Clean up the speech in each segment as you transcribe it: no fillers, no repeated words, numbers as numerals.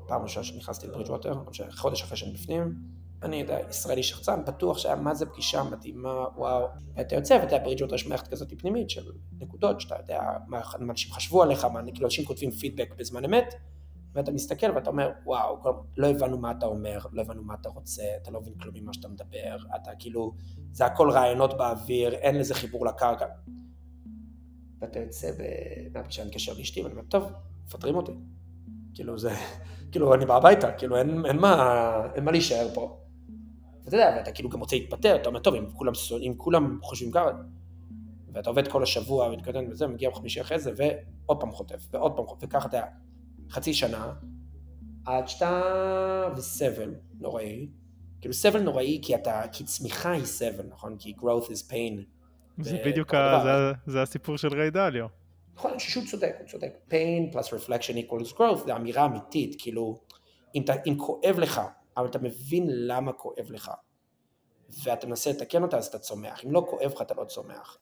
פעם ראשונה שנכנסתי לברידג'ווטר, חודש אחרי שאני בפנים, אני יודע, ישראלי שחצן, בטוח שהיה מה זה פגישה מדהימה, וואו. ואתה יוצא, ואתה ברידג'ווטר יש מערכת כזאת פנימית של נקודות, שאתה יודע מה אנשים חשבו עליך, מה כאילו אנשים כותבים פידבק בזמן אמת, ואתה מסתכל ואתה אומר, וואו, לא הבנו מה אתה אומר, לא הבנו מה אתה רוצה, אתה לא מבין כלום ממה שאתה מדבר, אתה כאילו, זה הכל רעיונות באוויר, אין לזה חיבור לקרקע. ואתה יוצא מהפגישה, אני מתקשר לאשתי, ואני אומר, טוב, מפטרים אותי. כאילו זה, כאילו אני בא הביתה, כאילו אין מה להישאר פה. ואתה יודע, ואתה כאילו גם רוצה להתפטר, אתה אומר, טוב, אם כולם חושבים ככה, ואתה עובד כל השבוע, ומתקדם וזה, מגיע בחמישי אחרי זה, ועוד פעם חוטף, ועוד פעם חוטף, וככה אתה חצי שנה, עד שאתה וסבל נוראי, כאילו סבל נוראי כי צמיחה היא סבל, נכון? כי growth is pain. זה בדיוק, בכל דבר. זה הסיפור של ריי דליו. נכון, שהוא צודק, הוא צודק. pain plus reflection equals growth, זה אמירה אמיתית, כאילו, אם כואב לך, אבל אתה מבין למה כואב לך, ואתה מנסה לתקן אותה, אז אתה צומח. אם לא כואב לך, אתה לא צומח.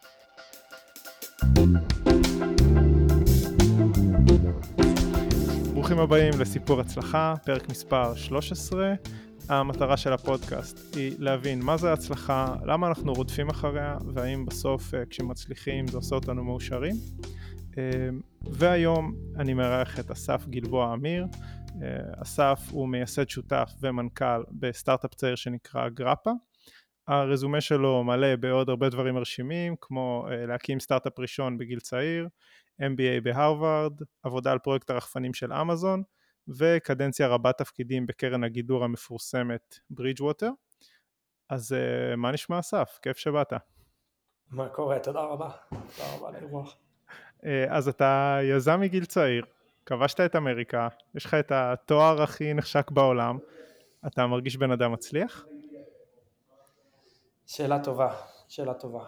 ברוכים הבאים לסיפור הצלחה, פרק מספר 13. המטרה של הפודקאסט היא להבין מה זה הצלחה, למה אנחנו רודפים אחריה, והאם בסוף כשמצליחים זה עושה אותנו מאושרים. והיום אני מארח את אסף גלבוע אמיר. אסף הוא מייסד שותף ומנכ"ל בסטארט-אפ צעיר שנקרא גרפה. הרזומה שלו מלא בעוד הרבה דברים מרשימים, כמו להקים סטארט-אפ ראשון בגיל צעיר, MBA בהרווארד, עבודה על פרויקט הרחפנים של אמזון, וקדנציה רבת תפקידים בקרן הגידור המפורסמת ברידג'ווטר. אז מה נשמע אסף? כיף שבאת. מה קורה? תודה רבה. תודה רבה לאירוח. אז אתה יזם מגיל צעיר, כבשת את אמריקה, יש לך את התואר הכי נחשק בעולם, אתה מרגיש בן אדם מצליח? שאלה טובה, שאלה טובה.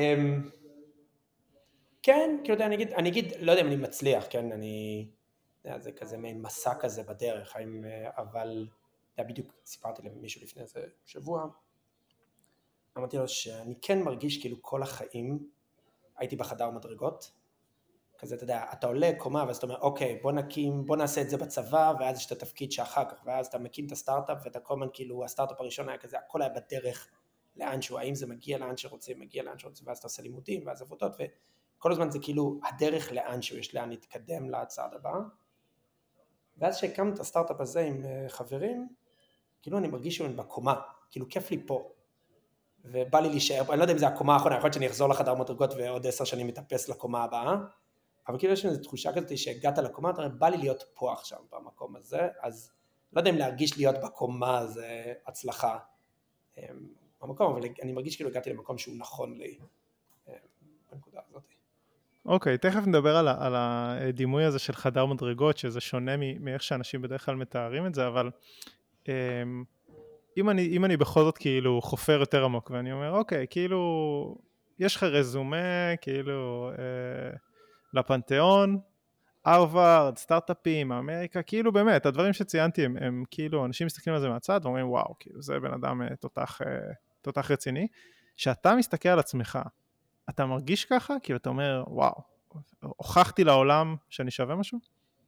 כן, כאילו, אני אגיד, לא יודע אם אני מצליח, כן, זה כזה מעין מסע כזה בדרך, אבל, בדיוק סיפרתי למישהו לפני איזה שבוע, אמרתי לו שאני כן מרגיש כאילו כל החיים הייתי בחדר מדרגות, כזה, אתה יודע, אתה עולה קומה ואז אתה אומר, אוקיי, בוא נעשה את זה בצבא, ואז יש את התפקיד שאחר כך, ואז אתה מקים את הסטארט-אפ, ואתה כל הזמן כאילו, הסטארט-אפ הראשון היה כזה, הכל היה בדרך לאן שהוא, האם זה מגיע לאן שרוצים, מגיע לאן שרוצים, ואז אתה עושה לימודים, ואז עבודות, וכל הזמן זה כאילו, הדרך לאן שהוא, יש לאן להתקדם לצעד הבא, ואז שהקמנו את הסטארט-אפ הזה עם חברים, כאילו אני מרגיש שאני בקומה, כאילו כיף לי פה, ובא לי להישאר, אני לא יודע אם זה הקומה האחרונה, יכול להיות שאני אחזור לחדר מדרגות ועוד 10 שנים מתאפס לקומה הבאה, אבל כאילו יש לי איזו תחושה כזאת שהגעת לקומה, אתה אומר, בא לי להיות פה עכשיו במקום הזה, אז לא יודע אם להרגיש להיות בקומה זה הצלחה במקום, אבל אני מרגיש כאילו הגעתי למקום שהוא נכון לי בנקודה הזאת. אוקיי, תכף נדבר על הדימוי הזה של חדר מדרגות, שזה שונה מאיך שאנשים בדרך כלל מתארים את זה, אבל אם אני בכל זאת כאילו חופר יותר עמוק, ואני אומר, אוקיי, כאילו, יש לך רזומה, כאילו, לפנתיאון, הרווארד, סטארט-אפים, אמריקה, כאילו באמת, הדברים שציינתי הם כאילו, אנשים מסתכלים על זה מהצד, ואומרים, וואו, כאילו, זה בן אדם תותח רציני. שאתה מסתכל על עצמך, אתה מרגיש ככה? כאילו, אתה אומר, וואו, הוכחתי לעולם שאני שווה משהו?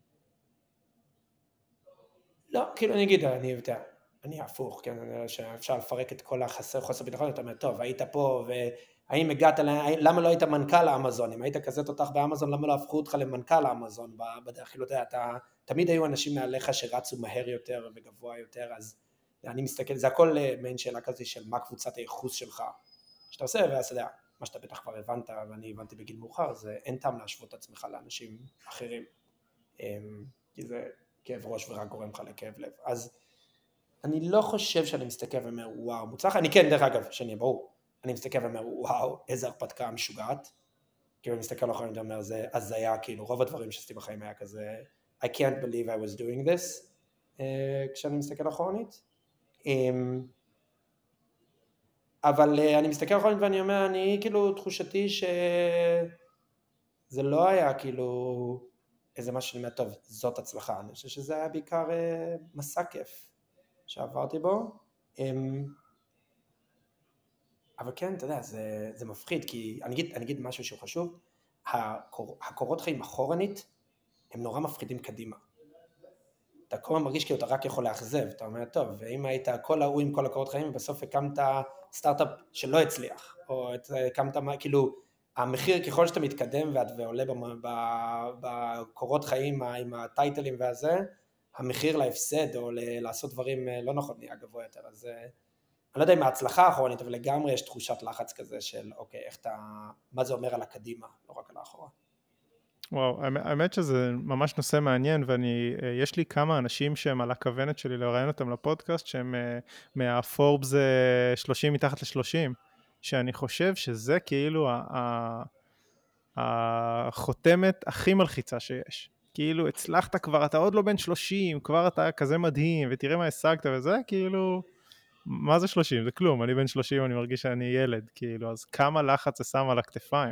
לא, כאילו אני אגיד, אני הפוך, כן, אני יודע שאפשר לפרק את כל חוסר ביטחון, אתה אומר, טוב, היית פה, והאם הגעת, למה לא היית מנכ"ל האמזון? אם היית כזה תותח באמזון, למה לא הפכו אותך למנכ"ל האמזון בדרך? כאילו, תמיד היו אנשים מעליך שרצו מהר יותר וגבוה יותר, אז אני מסתכל, זה הכל מעין שאלה כזה של מה קבוצת הייחוס שלך, שאתה עושה, ואז אתה יודע, מה שאתה בטח כבר הבנת, ואני הבנתי בגיל מאוחר, זה אין טעם להשוות את עצמך לאנשים אחרים, כי זה כאב ראש ורק גורם לך לכאב לב. אז אני לא חושב שאני מסתכל ואומר, וואו, מוצלח, אני כן, דרך אגב, שאני ברור, אני מסתכל ואומר, וואו, איזה הרפתקה משוגעת, כאילו אני מסתכל אחרי ואני אומר, זה הזיה, כאילו רוב הדברים שעשיתי בחיים היה כזה, I can't believe I was doing this, כשאני מסתכל אחרונית, אבל אני מסתכל אחרונית ואני אומר, אני כאילו תחושתי שזה לא היה כאילו איזה משהו שאני אומר, טוב, זאת הצלחה, אני חושב שזה היה בעיקר מסע כיף שעברתי בו, אבל כן, אתה יודע, זה מפחיד, כי אני אגיד משהו שהוא חשוב, הקורות חיים אחורנית, הם נורא מפחידים קדימה. אתה כל הזמן מרגיש כאילו אתה רק יכול לאכזב, אתה אומר, טוב, ואם היית כל ההוא עם כל הקורות חיים, ובסוף הקמת סטארט-אפ שלא הצליח, או הקמת, כאילו, המחיר ככל שאתה מתקדם ועולה בקורות חיים עם הטייטלים והזה, המחיר להפסד או לעשות דברים לא נכון נהיה גבוה יותר, אז אני לא יודע אם ההצלחה האחרונית, אבל לגמרי יש תחושת לחץ כזה של, אוקיי, מה זה אומר על הקדימה, לא רק על האחורה. וואו, האמת שזה ממש נושא מעניין, יש לי כמה אנשים שהם על הכוונת שלי לראיין אותם לפודקאסט, שהם מהפורבס 30 מתחת ל-30, שאני חושב שזה כאילו החותמת הכי מלחיצה שיש. כאילו הצלחת כבר, אתה עוד לא בן 30, כבר אתה כזה מדהים, ותראה מה השגת וזה, כאילו, מה זה 30? זה כלום, אני בן 30, אני מרגיש שאני ילד, כאילו, אז כמה לחץ זה שם על הכתפיים.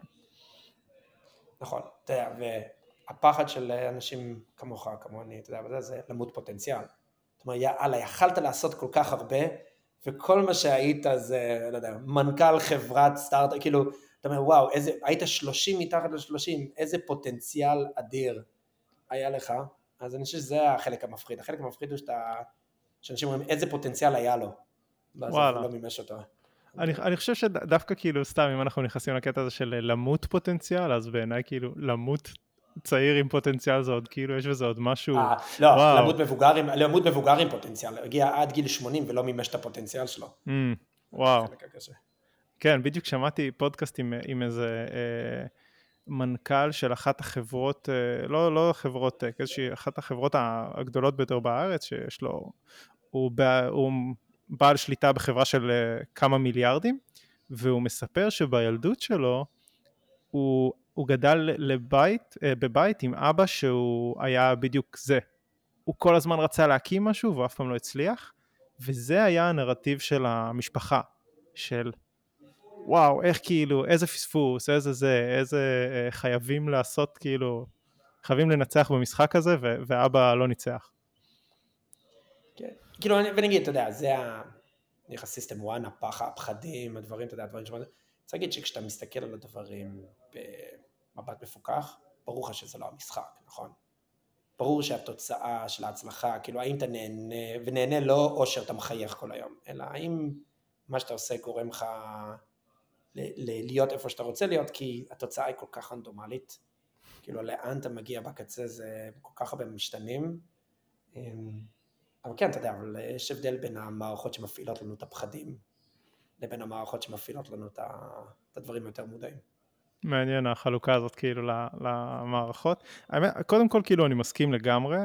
נכון, אתה יודע, והפחד של אנשים כמוך, כמוני, אתה יודע, זה למות פוטנציאל. זאת אומרת, יאללה, יכלת לעשות כל כך הרבה, וכל מה שהיית זה, לא יודע, מנכ"ל חברת סטארט-אפ, כאילו, אתה אומר, וואו, היית 30 מתחת ל-30, איזה פוטנציאל אדיר היה לך, אז אני חושב שזה החלק המפחיד. החלק המפחיד הוא שאנשים אומרים, איזה פוטנציאל היה לו, ואז הוא לא מימש אותו. אני חושב שדווקא כאילו סתם אם אנחנו נכנסים לקטע הזה של למות פוטנציאל, אז בעיניי כאילו למות צעיר עם פוטנציאל זה עוד כאילו יש בזה עוד משהו. לא, למות מבוגר עם פוטנציאל, הגיע עד גיל 80 ולא מימש את הפוטנציאל שלו. וואו. כן, בדיוק שמעתי פודקאסט עם איזה מנכ"ל של אחת החברות, לא חברות טק, איזושהי אחת החברות הגדולות ביותר בארץ, שיש לו, הוא בעל שליטה בחברה של כמה מיליארדים, והוא מספר שבילדות שלו, הוא גדל בבית עם אבא שהוא היה בדיוק זה. הוא כל הזמן רצה להקים משהו, והוא אף פעם לא הצליח, וזה היה הנרטיב של המשפחה, של וואו, איך כאילו, איזה פספוס, איזה חייבים לעשות, כאילו, חייבים לנצח במשחק הזה, ואבא לא ניצח. כן, כאילו, ונגיד, אתה יודע, זה הסיסטם 1, הפחדים, הדברים, אתה יודע, הדברים שמות, צריך להגיד שכשאתה מסתכל על הדברים במבט מפוקח, ברור לך שזה לא המשחק, נכון? ברור שהתוצאה של ההצלחה, כאילו, האם אתה נהנה, ונהנה לא או שאתה מחייך כל היום, אלא האם מה שאתה עושה גורם לך להיות איפה שאתה רוצה להיות, כי התוצאה היא כל כך רנדומלית, כאילו לאן אתה מגיע בקצה זה כל כך הרבה משתנים, אבל כן, אתה יודע, אבל יש הבדל בין המערכות שמפעילות לנו את הפחדים, לבין המערכות שמפעילות לנו את הדברים יותר מודעים. מעניין החלוקה הזאת כאילו למערכות. קודם כל כאילו אני מסכים לגמרי,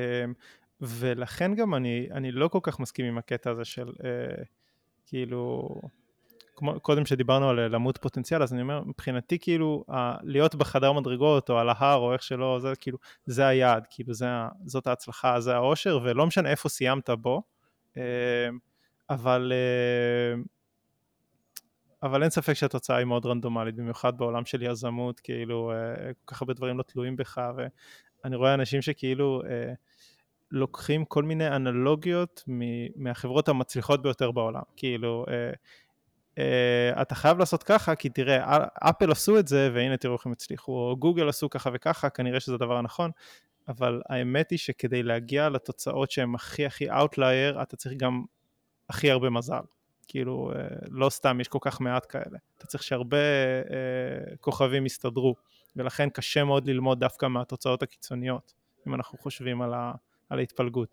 ולכן גם אני לא כל כך מסכים עם הקטע הזה של כאילו, קודם שדיברנו על למות פוטנציאל, אז אני אומר, מבחינתי כאילו, להיות בחדר מדרגות או על ההר או איך שלא, זה כאילו, זה היעד, כאילו זאת ההצלחה, זה האושר, ולא משנה איפה סיימת בו, אבל אין ספק שהתוצאה היא מאוד רנדומלית, במיוחד בעולם של יזמות, כאילו, כל כך הרבה דברים לא תלויים בך, ואני רואה אנשים שכאילו, לוקחים כל מיני אנלוגיות מהחברות המצליחות ביותר בעולם, כאילו, אתה חייב לעשות ככה, כי תראה, אפל עשו את זה, והנה תראו איך הם הצליחו, או גוגל עשו ככה וככה, כנראה שזה הדבר הנכון, אבל האמת היא שכדי להגיע לתוצאות שהן הכי הכי אאוטלייר, אתה צריך גם הכי הרבה מזל, כאילו, לא סתם יש כל כך מעט כאלה, אתה צריך שהרבה כוכבים יסתדרו, ולכן קשה מאוד ללמוד דווקא מהתוצאות הקיצוניות, אם אנחנו חושבים על ההתפלגות.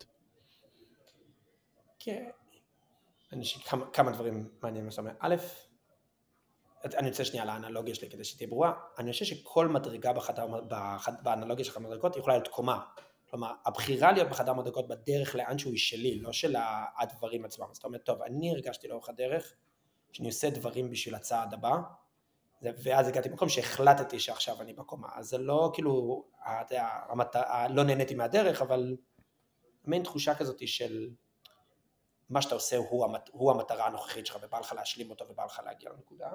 כן. כמה דברים מעניינים מסוימים. א', אני רוצה שנייה לאנלוגיה שלי כדי שתהיה ברורה, אני חושב שכל מדרגה באנלוגיה של המדרגות יכולה להיות קומה, כלומר, הבחירה להיות בחדר מדרגות בדרך לאן שהוא היא שלי, לא של הדברים עצמם, אז אתה אומר, טוב, אני הרגשתי לאורך הדרך, שאני עושה דברים בשביל הצעד הבא, ואז הגעתי במקום שהחלטתי שעכשיו אני בקומה, אז זה לא כאילו, לא נהניתי מהדרך, אבל מעין תחושה כזאת של מה שאתה עושה הוא המטרה הנוכחית שלך, ובא לך להשלים אותו ובא לך להגיע לנקודה.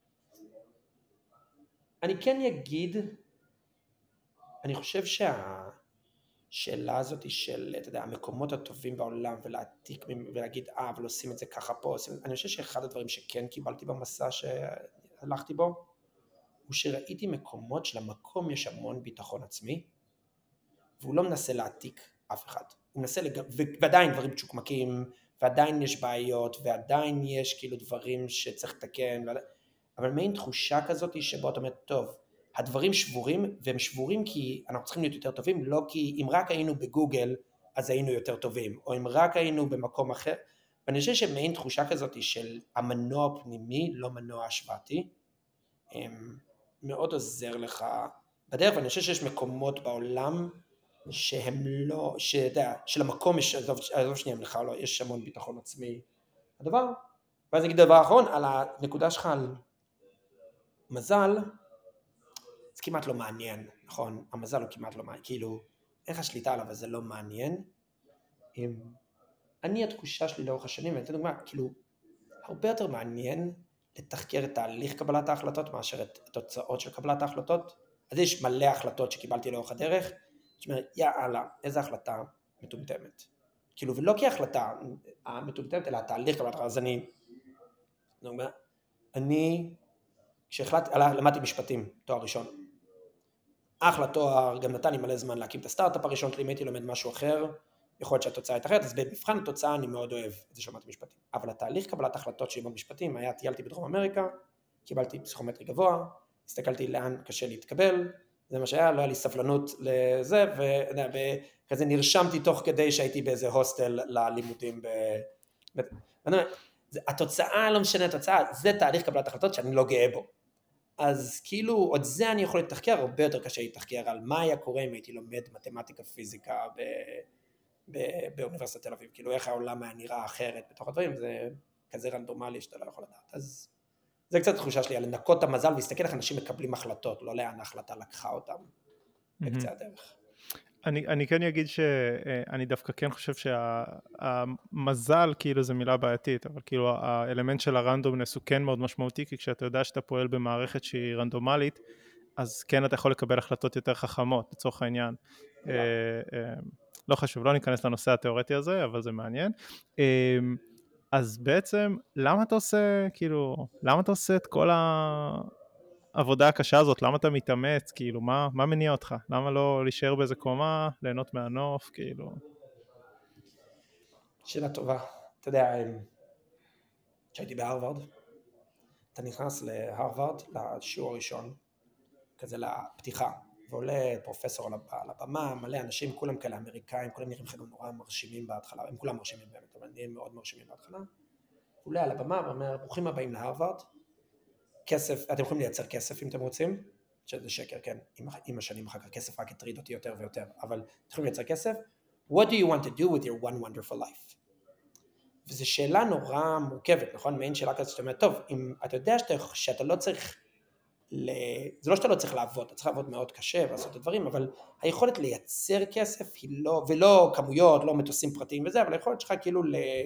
אני כן אגיד, אני חושב שהשאלה הזאת של, אתה יודע, המקומות הטובים בעולם, ולהעתיק ולהגיד, אבל עושים את זה ככה פה, אני חושב שאחד הדברים שכן קיבלתי במסע שהלכתי בו, הוא שראיתי מקומות שלמקום יש המון ביטחון עצמי, והוא לא מנסה להעתיק אף אחד. הוא מנסה ועדיין דברים צ'וקמקים, ועדיין יש בעיות, ועדיין יש כאילו דברים שצריך לתקן, אבל מעין תחושה כזאת שבו אתה אומר, טוב, הדברים שבורים, והם שבורים כי אנחנו צריכים להיות יותר טובים, לא כי אם רק היינו בגוגל, אז היינו יותר טובים, או אם רק היינו במקום אחר, ואני חושב שמעין תחושה כזאת של המנוע הפנימי, לא מנוע השוואתי, מאוד עוזר לך בדרך, ואני חושב שיש מקומות בעולם שהם לא, שלמקום יש, עזוב שנייה לך, לא, יש המון ביטחון עצמי הדבר, ואז נגיד דבר אחרון, על הנקודה שלך על מזל, זה כמעט לא מעניין, נכון? המזל הוא כמעט לא מעניין, כאילו, איך השליטה עליו, זה לא מעניין. אני התחושה שלי לאורך השנים, ואני אתן דוגמה, כאילו, הרבה יותר מעניין לתחקר את תהליך קבלת ההחלטות, מאשר את התוצאות של קבלת ההחלטות. אז יש מלא החלטות שקיבלתי לאורך הדרך, זאת אומרת, יאללה, איזה החלטה מטומטמת. כאילו, ולא כהחלטה המטומטמת, אלא התהליך קבלת ההחלטות. אז אני, כשהחלטתי, למדתי משפטים, תואר ראשון. אחלה תואר, גם נתן לי מלא זמן להקים את הסטארט-אפ הראשון שלי, אם הייתי לומד משהו אחר, יכול להיות שהתוצאה הייתה אחרת, אז במבחן התוצאה אני מאוד אוהב את זה שלמדתי משפטים. אבל התהליך קבלת החלטות שלי במשפטים היה, טיילתי בדרום אמריקה, קיבלתי פסיכומטרי גבוה, הסתכלתי לאן קשה להתקבל, זה מה שהיה, לא היה לי סבלנות לזה, וכזה נרשמתי תוך כדי שהייתי באיזה הוסטל ללימודים התוצאה לא משנה התוצאה, זה תהליך קבלת החלטות שאני לא גאה בו. אז כאילו, עוד זה אני יכול לתחקר, הרבה יותר קשה להתחקר על מה היה קורה אם הייתי לומד מתמטיקה, פיזיקה באוניברסיטת תל אביב, כאילו איך העולם היה נראה אחרת בתוך הדברים, זה כזה רנדומלי שאתה לא יכול לדעת. אז זה קצת תחושה שלי, על לנקות את המזל ולהסתכל איך אנשים מקבלים החלטות, לא לאן ההחלטה לקחה אותם בקצה הדרך. אני כן אגיד שאני דווקא כן חושב שהמזל כאילו זה מילה בעייתית, אבל כאילו האלמנט של הרנדומנס הוא כן מאוד משמעותי, כי כשאתה יודע שאתה פועל במערכת שהיא רנדומלית, אז כן אתה יכול לקבל החלטות יותר חכמות, לצורך העניין. לא חשוב, לא ניכנס לנושא התיאורטי הזה, אבל זה מעניין. אז בעצם, למה אתה עושה, כאילו, למה אתה עושה את כל העבודה הקשה הזאת? למה אתה מתאמץ? כאילו, מה מניע אותך? למה לא להישאר באיזה קומה, ליהנות מהנוף, כאילו? שאלה טובה. אתה יודע, כשהייתי בהרווארד, אתה נכנס להרווארד, לשיעור הראשון, כזה לפתיחה, ועולה פרופסור על הבמה, מלא אנשים, כולם כאלה אמריקאים, כולם נראים לכם נורא מרשימים בהתחלה, הם כולם מרשימים באמת, אבל נראים מאוד מרשימים בהתחלה. הוא עולה על הבמה ואומר, ברוכים הבאים להרווארד, כסף, אתם יכולים לייצר כסף אם אתם רוצים, שזה שקר, כן, עם השנים אחר כך כסף רק הטריד אותי יותר ויותר, אבל אתם יכולים לייצר כסף, what do you want to do with your one wonderful life? וזו שאלה נורא מורכבת, נכון? מעין שאלה כזאת שאתה אומר, טוב, אם אתה יודע שאתה לא צריך, זה לא שאתה לא צריך לעבוד, אתה צריך לעבוד מאוד קשה ולעשות את הדברים, אבל היכולת לייצר כסף היא לא, ולא כמויות, לא מטוסים פרטיים וזה, אבל היכולת שלך כאילו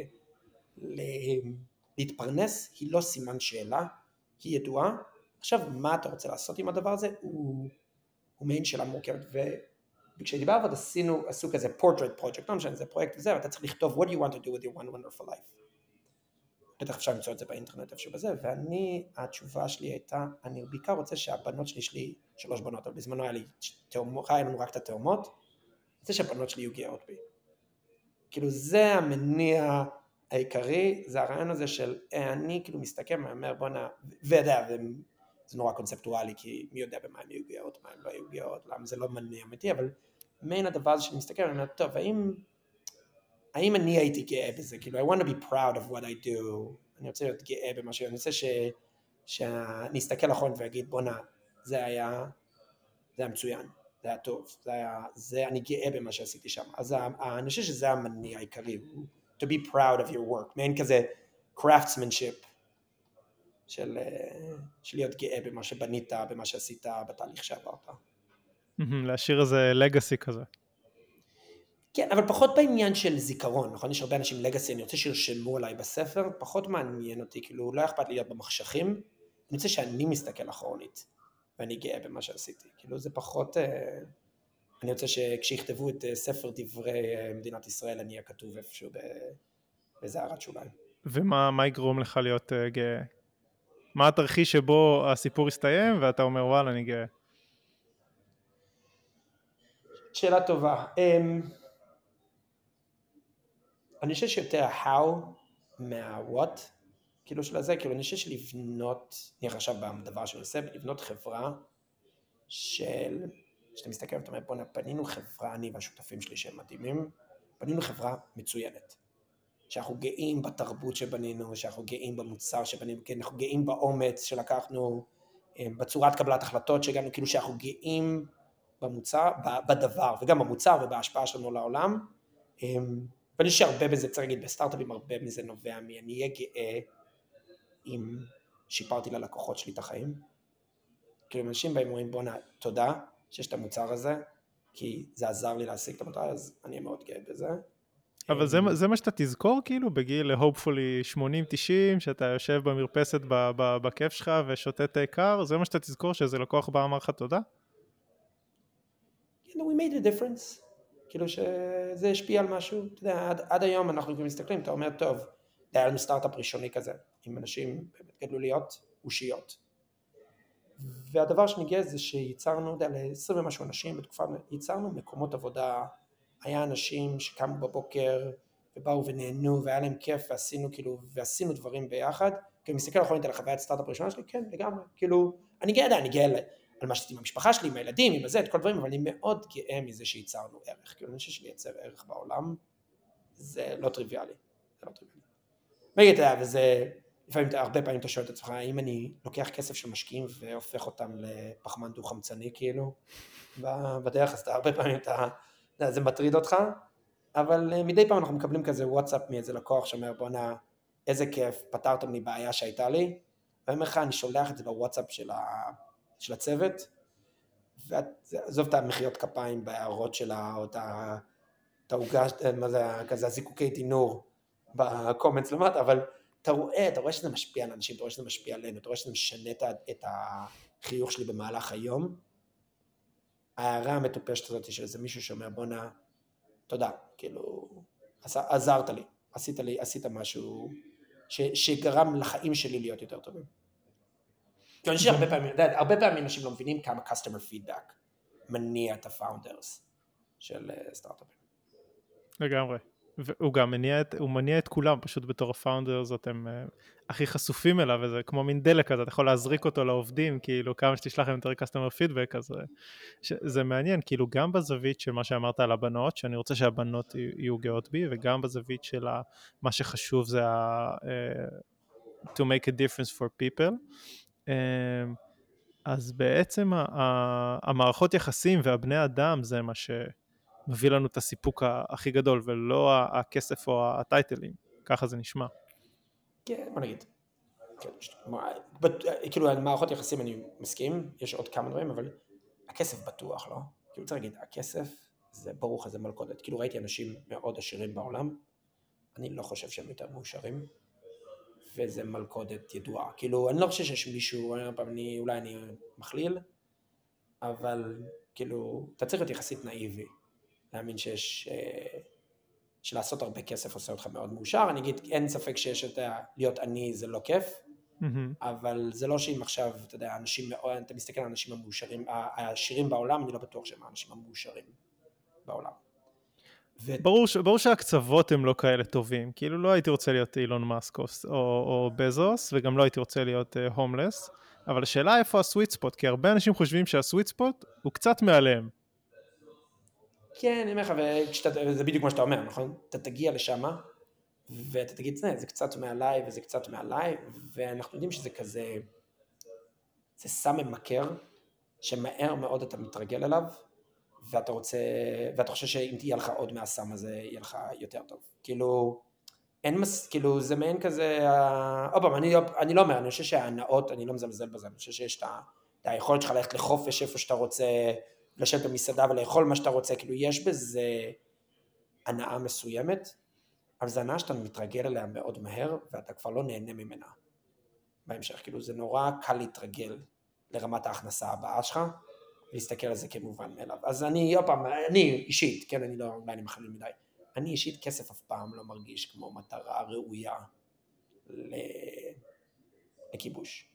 להתפרנס היא לא סימן שאלה, היא ידועה. עכשיו, מה אתה רוצה לעשות עם הדבר הזה? הוא מעין שאלה מורכבת, וכשדיבר עבוד עשו כזה portrait project, לא משנה, זה פרויקט וזה, ואתה צריך לכתוב what do you want to do with your one wonderful life. בטח אפשר למצוא את זה באינטרנט איפשהו בזה, התשובה שלי הייתה, אני בעיקר רוצה שהבנות שלי, יש לי 3 בנות, אבל בזמנו היה לנו רק את התאומות, אני רוצה שהבנות שלי יהיו גאות בי. כאילו זה המניע העיקרי, זה הרעיון הזה של אני כאילו מסתכל, אומר בוא ויודע, זה נורא קונספטואלי, כי מי יודע במה הם יהיו גאות, מה הם לא יהיו גאות, למה זה לא מניע אמיתי, אבל מעין הדבר הזה שאני מסתכל, אני אומר, טוב, האם אני הייתי גאה בזה? כאילו, I want to be proud of what I do, אני רוצה להיות גאה במשהו, אני רוצה שאני אסתכל אחרון ואגיד, בוא זה היה מצוין, זה היה טוב, אני גאה במה שעשיתי שם, אז אני חושב שזה המניע העיקרי, to be proud of your work, מעין כזה craftsmanship, של להיות גאה במה שבנית, במה שעשית, בתהליך שעברת. להשאיר איזה לגאסי כזה. כן, אבל פחות בעניין של זיכרון, נכון? יש הרבה אנשים לגאסי, אני רוצה שירשמו עליי בספר, פחות מעניין אותי, כאילו לא אכפת לי להיות במחשכים, אני רוצה שאני מסתכל אחרונית, ואני גאה במה שעשיתי, כאילו זה פחות, אני רוצה שכשיכתבו את ספר דברי מדינת ישראל, אני אהיה כתוב איפשהו באיזה הערת שוליים. ומה יגרום לך להיות גאה? מה התרחיש שבו הסיפור יסתיים, ואתה אומר וואלה אני גאה? שאלה טובה. אני חושב שיותר how מה-what, כאילו של הזה, כאילו אני חושב שלבנות, אני עכשיו בדבר שאני עושה, לבנות חברה שאתה מסתכל ואתה אומר, בוא'נה, פנינו חברה, אני והשותפים שלי שהם מדהימים, פנינו חברה מצוינת. שאנחנו גאים בתרבות שבנינו, שאנחנו גאים במוצר שבנינו, כי אנחנו גאים באומץ שלקחנו, בצורת קבלת החלטות שהגענו, כאילו שאנחנו גאים במוצר, בדבר, וגם במוצר ובהשפעה שלנו לעולם. ואני חושב שהרבה בזה, צריך להגיד, בסטארט-אפים הרבה מזה נובע אני אהיה גאה אם שיפרתי ללקוחות שלי את החיים. כאילו אנשים באים ואומרים, בוא'נה, תודה שיש את המוצר הזה, כי זה עזר לי להשיג את המטרה, אז אני אהיה מאוד גאה בזה. אבל זה מה שאתה תזכור כאילו בגיל hopefully 80-90, שאתה יושב במרפסת בכיף שלך ושותה תה קר, זה מה שאתה תזכור שזה לקוח בא אמר לך תודה? You know, we made a difference. כאילו שזה השפיע על משהו, אתה יודע, עד היום אנחנו מסתכלים, אתה אומר, טוב, היה לנו סטארט-אפ ראשוני כזה, עם אנשים באמת גדלו להיות אושיות. והדבר שנגיע זה שייצרנו, אתה יודע, ל-20 ומשהו אנשים בתקופה, ייצרנו מקומות עבודה, היה אנשים שקמו בבוקר ובאו ונהנו והיה להם כיף ועשינו דברים ביחד, כי אני מסתכל אחרונית על החוויית סטארט-אפ הראשונה שלי, כן, לגמרי, כאילו, אני גאה על מה שעשיתי עם המשפחה שלי, עם הילדים, עם הזה, את כל הדברים, אבל אני מאוד גאה מזה שייצרנו ערך, כאילו אני חושב שלייצר ערך בעולם, זה לא טריוויאלי, זה לא טריוויאלי. ואתה יודע, וזה, לפעמים, הרבה פעמים אתה שואל את עצמך, האם אני לוקח כסף של משקיעים והופך אותם לפחמן דו-חמצני, כאילו, בדרך, אז הרבה פעמים זה מטריד אותך, אבל מדי פעם אנחנו מקבלים כזה וואטסאפ מאיזה לקוח שאומר, בוא'נה, איזה כיף, פתרתם לי בעיה שהייתה לי, ואומר לך, אני שולח את זה בוואטסאפ של הצוות, ועזוב את המחיאות כפיים בהערות שלה, או את העוגה, מה זה, כזה הזיקוקי דינור בקומנטס למטה, אבל אתה רואה שזה משפיע על אנשים, אתה רואה שזה משפיע עלינו, אתה רואה שזה משנה את החיוך שלי במהלך היום. ההערה המטופשת הזאת של איזה מישהו שאומר, בוא'נה, תודה, כאילו, עזרת לי, עשית משהו שגרם לחיים שלי להיות יותר טובים. כי אני חושב הרבה פעמים אנשים לא מבינים כמה customer feedback מניע את ה-founders של סטארט-אפים. לגמרי. והוא גם מניע את כולם, פשוט בתור הפאונדרס, אתם הכי חשופים אליו, וזה כמו מין דלק כזה, אתה יכול להזריק אותו לעובדים, כאילו כמה שתשלח להם יותר customer feedback, אז זה מעניין, כאילו גם בזווית של מה שאמרת על הבנות, שאני רוצה שהבנות יהיו גאות בי, וגם בזווית של מה שחשוב זה to make a difference for people. אז בעצם המערכות יחסים והבני אדם זה מה מביא לנו את הסיפוק הכי גדול, ולא הכסף או הטייטלים, ככה זה נשמע. כן, בוא נגיד. כאילו על מערכות יחסים אני מסכים, יש עוד כמה דברים, אבל הכסף בטוח, לא? כאילו צריך להגיד, הכסף זה ברוך הזה מלכודת. כאילו ראיתי אנשים מאוד עשירים בעולם, אני לא חושב שהם יותר מאושרים, וזה מלכודת ידועה. כאילו אני לא חושב שיש מישהו, אולי אני מכליל, אבל כאילו אתה צריך להיות יחסית נאיבי, להאמין שלעשות הרבה כסף עושה אותך מאוד מאושר. אני אגיד, אין ספק שיש את להיות עני זה לא כיף, אבל זה לא שאם עכשיו, אתה יודע, אתה מסתכל על האנשים המאושרים, העשירים בעולם, אני לא בטוח שהם האנשים המאושרים בעולם. ברור שהקצוות הם לא כאלה טובים, כאילו לא הייתי רוצה להיות אילון מאסק או בזוס, וגם לא הייתי רוצה להיות הומלס, אבל השאלה איפה הסוויט ספוט, כי הרבה אנשים חושבים שהסוויט ספוט הוא קצת מעליהם. כן, אני אומר לך, וזה בדיוק מה שאתה אומר, נכון? אתה תגיע לשם, ואתה תגיד, זה קצת מעליי וזה קצת מעליי, ואנחנו יודעים שזה כזה, זה סם ממכר, שמהר מאוד אתה מתרגל אליו, ואתה חושב שאם תהיה לך עוד מהסם הזה, יהיה לך יותר טוב. כאילו, כאילו זה מעין כזה, אני לא אומר, אני חושב שההנאות, אני לא מזלזל בזה, אני חושב שיש את היכולת שלך ללכת לחופש איפה שאתה רוצה, לשבת במסעדה ולאכול מה שאתה רוצה, כאילו יש בזה הנאה מסוימת, אבל זה הנאה שאתה מתרגל אליה מאוד מהר, ואתה כבר לא נהנה ממנה בהמשך, כאילו זה נורא קל להתרגל לרמת ההכנסה הבאה שלך, להסתכל על זה כמובן מאליו. אז אני אישית, כן, אולי אני מכליל מדי, אני אישית כסף אף פעם לא מרגיש כמו מטרה ראויה לכיבוש.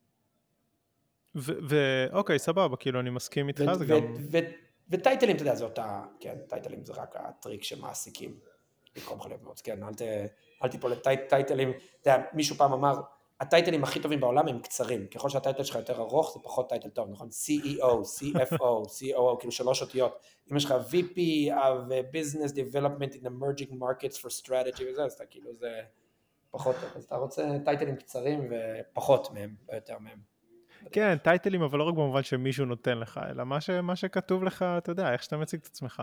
ואוקיי, סבבה, כאילו אני מסכים איתך, זה גם... וטייטלים, אתה יודע, כן, טייטלים זה רק הטריק שמעסיקים. לקרוא מחלב מאוד, כן, אל תיפול לטייטלים, אתה יודע, מישהו פעם אמר, הטייטלים הכי טובים בעולם הם קצרים, ככל שהטייטל שלך יותר ארוך זה פחות טייטל טוב, נכון? CEO, CFO, COO, כאילו 3 אותיות, אם יש לך VP of Business Development in Emerging Markets for Strategy וזה, אז אתה כאילו זה פחות טוב, אז אתה רוצה טייטלים קצרים ופחות מהם, לא יותר מהם. כן, טייטלים, אבל לא רק במובן שמישהו נותן לך, אלא מה שכתוב לך, אתה יודע, איך שאתה מציג את עצמך.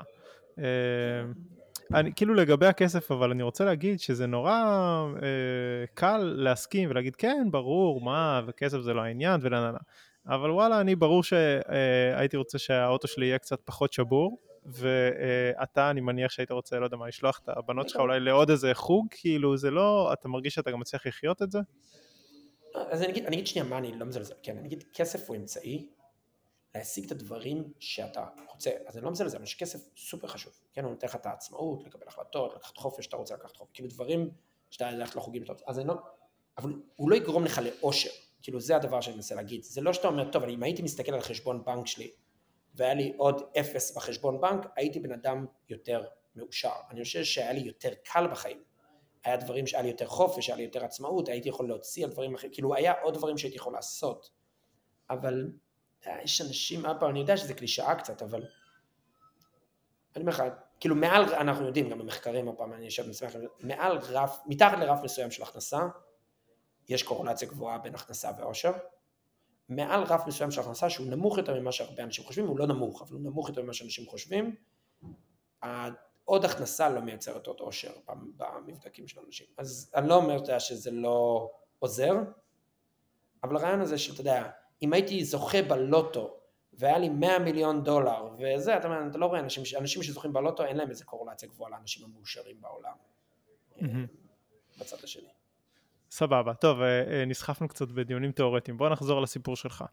כאילו לגבי הכסף, אבל אני רוצה להגיד שזה נורא קל להסכים ולהגיד, כן, ברור, מה, וכסף זה לא העניין, ולננה. אבל וואלה, אני ברור שהייתי רוצה שהאוטו שלי יהיה קצת פחות שבור, ואתה, אני מניח שהיית רוצה, לא יודע מה, לשלוח את הבנות שלך אולי לעוד איזה חוג, כאילו זה לא, אתה מרגיש שאתה גם מצליח לחיות את זה? אז אני אגיד שנייה מה אני לא מזלזל, כן, אני אגיד כסף הוא אמצעי להשיג את הדברים שאתה רוצה, אז אני לא מזלזל, אבל שכסף סופר חשוב, כן, הוא נותן לך את העצמאות, לקבל החלטות, לקחת חופש שאתה רוצה לקחת חופש, כאילו דברים שאתה הלכת לחוגים שאתה רוצה, אז אני לא, אבל הוא לא יגרום לך לאושר, כאילו זה הדבר שאני מנסה להגיד, זה לא שאתה אומר, טוב, אם הייתי מסתכל על חשבון בנק שלי, והיה לי עוד 0 בחשבון בנק, הייתי בן אדם יותר מאושר, אני חושב שהיה לי יותר קל בחיים, היה דברים שהיה לי יותר חופש, היה לי יותר עצמאות, הייתי יכול להוציא על דברים אחרים, כאילו היה עוד דברים שהייתי יכול לעשות, אבל יש אנשים, אני יודע שזה קלישאה קצת, אבל אני אומר לך, כאילו מעל, אנחנו יודעים, גם במחקרים הפעם, אני יושב מסמך, מעל רף, מתחת לרף מסוים של הכנסה, יש קורלציה גבוהה בין הכנסה ואושר, מעל רף מסוים של הכנסה, שהוא נמוך יותר ממה שהרבה אנשים חושבים, הוא לא נמוך, אבל הוא נמוך יותר ממה שאנשים חושבים, עוד הכנסה לא מייצרת עוד אושר במבדקים של אנשים. אז אני לא אומר שזה לא עוזר, אבל הרעיון הזה שאתה יודע, אם הייתי זוכה בלוטו, והיה לי $100 מיליון, וזה, אתה לא רואה אנשים שזוכים בלוטו, אין להם איזה קורלציה גבוהה לאנשים המאושרים בעולם, בצד השני. סבבה, טוב, נסחפנו קצת בדיונים תיאורטיים, בוא נחזור לסיפור שלך.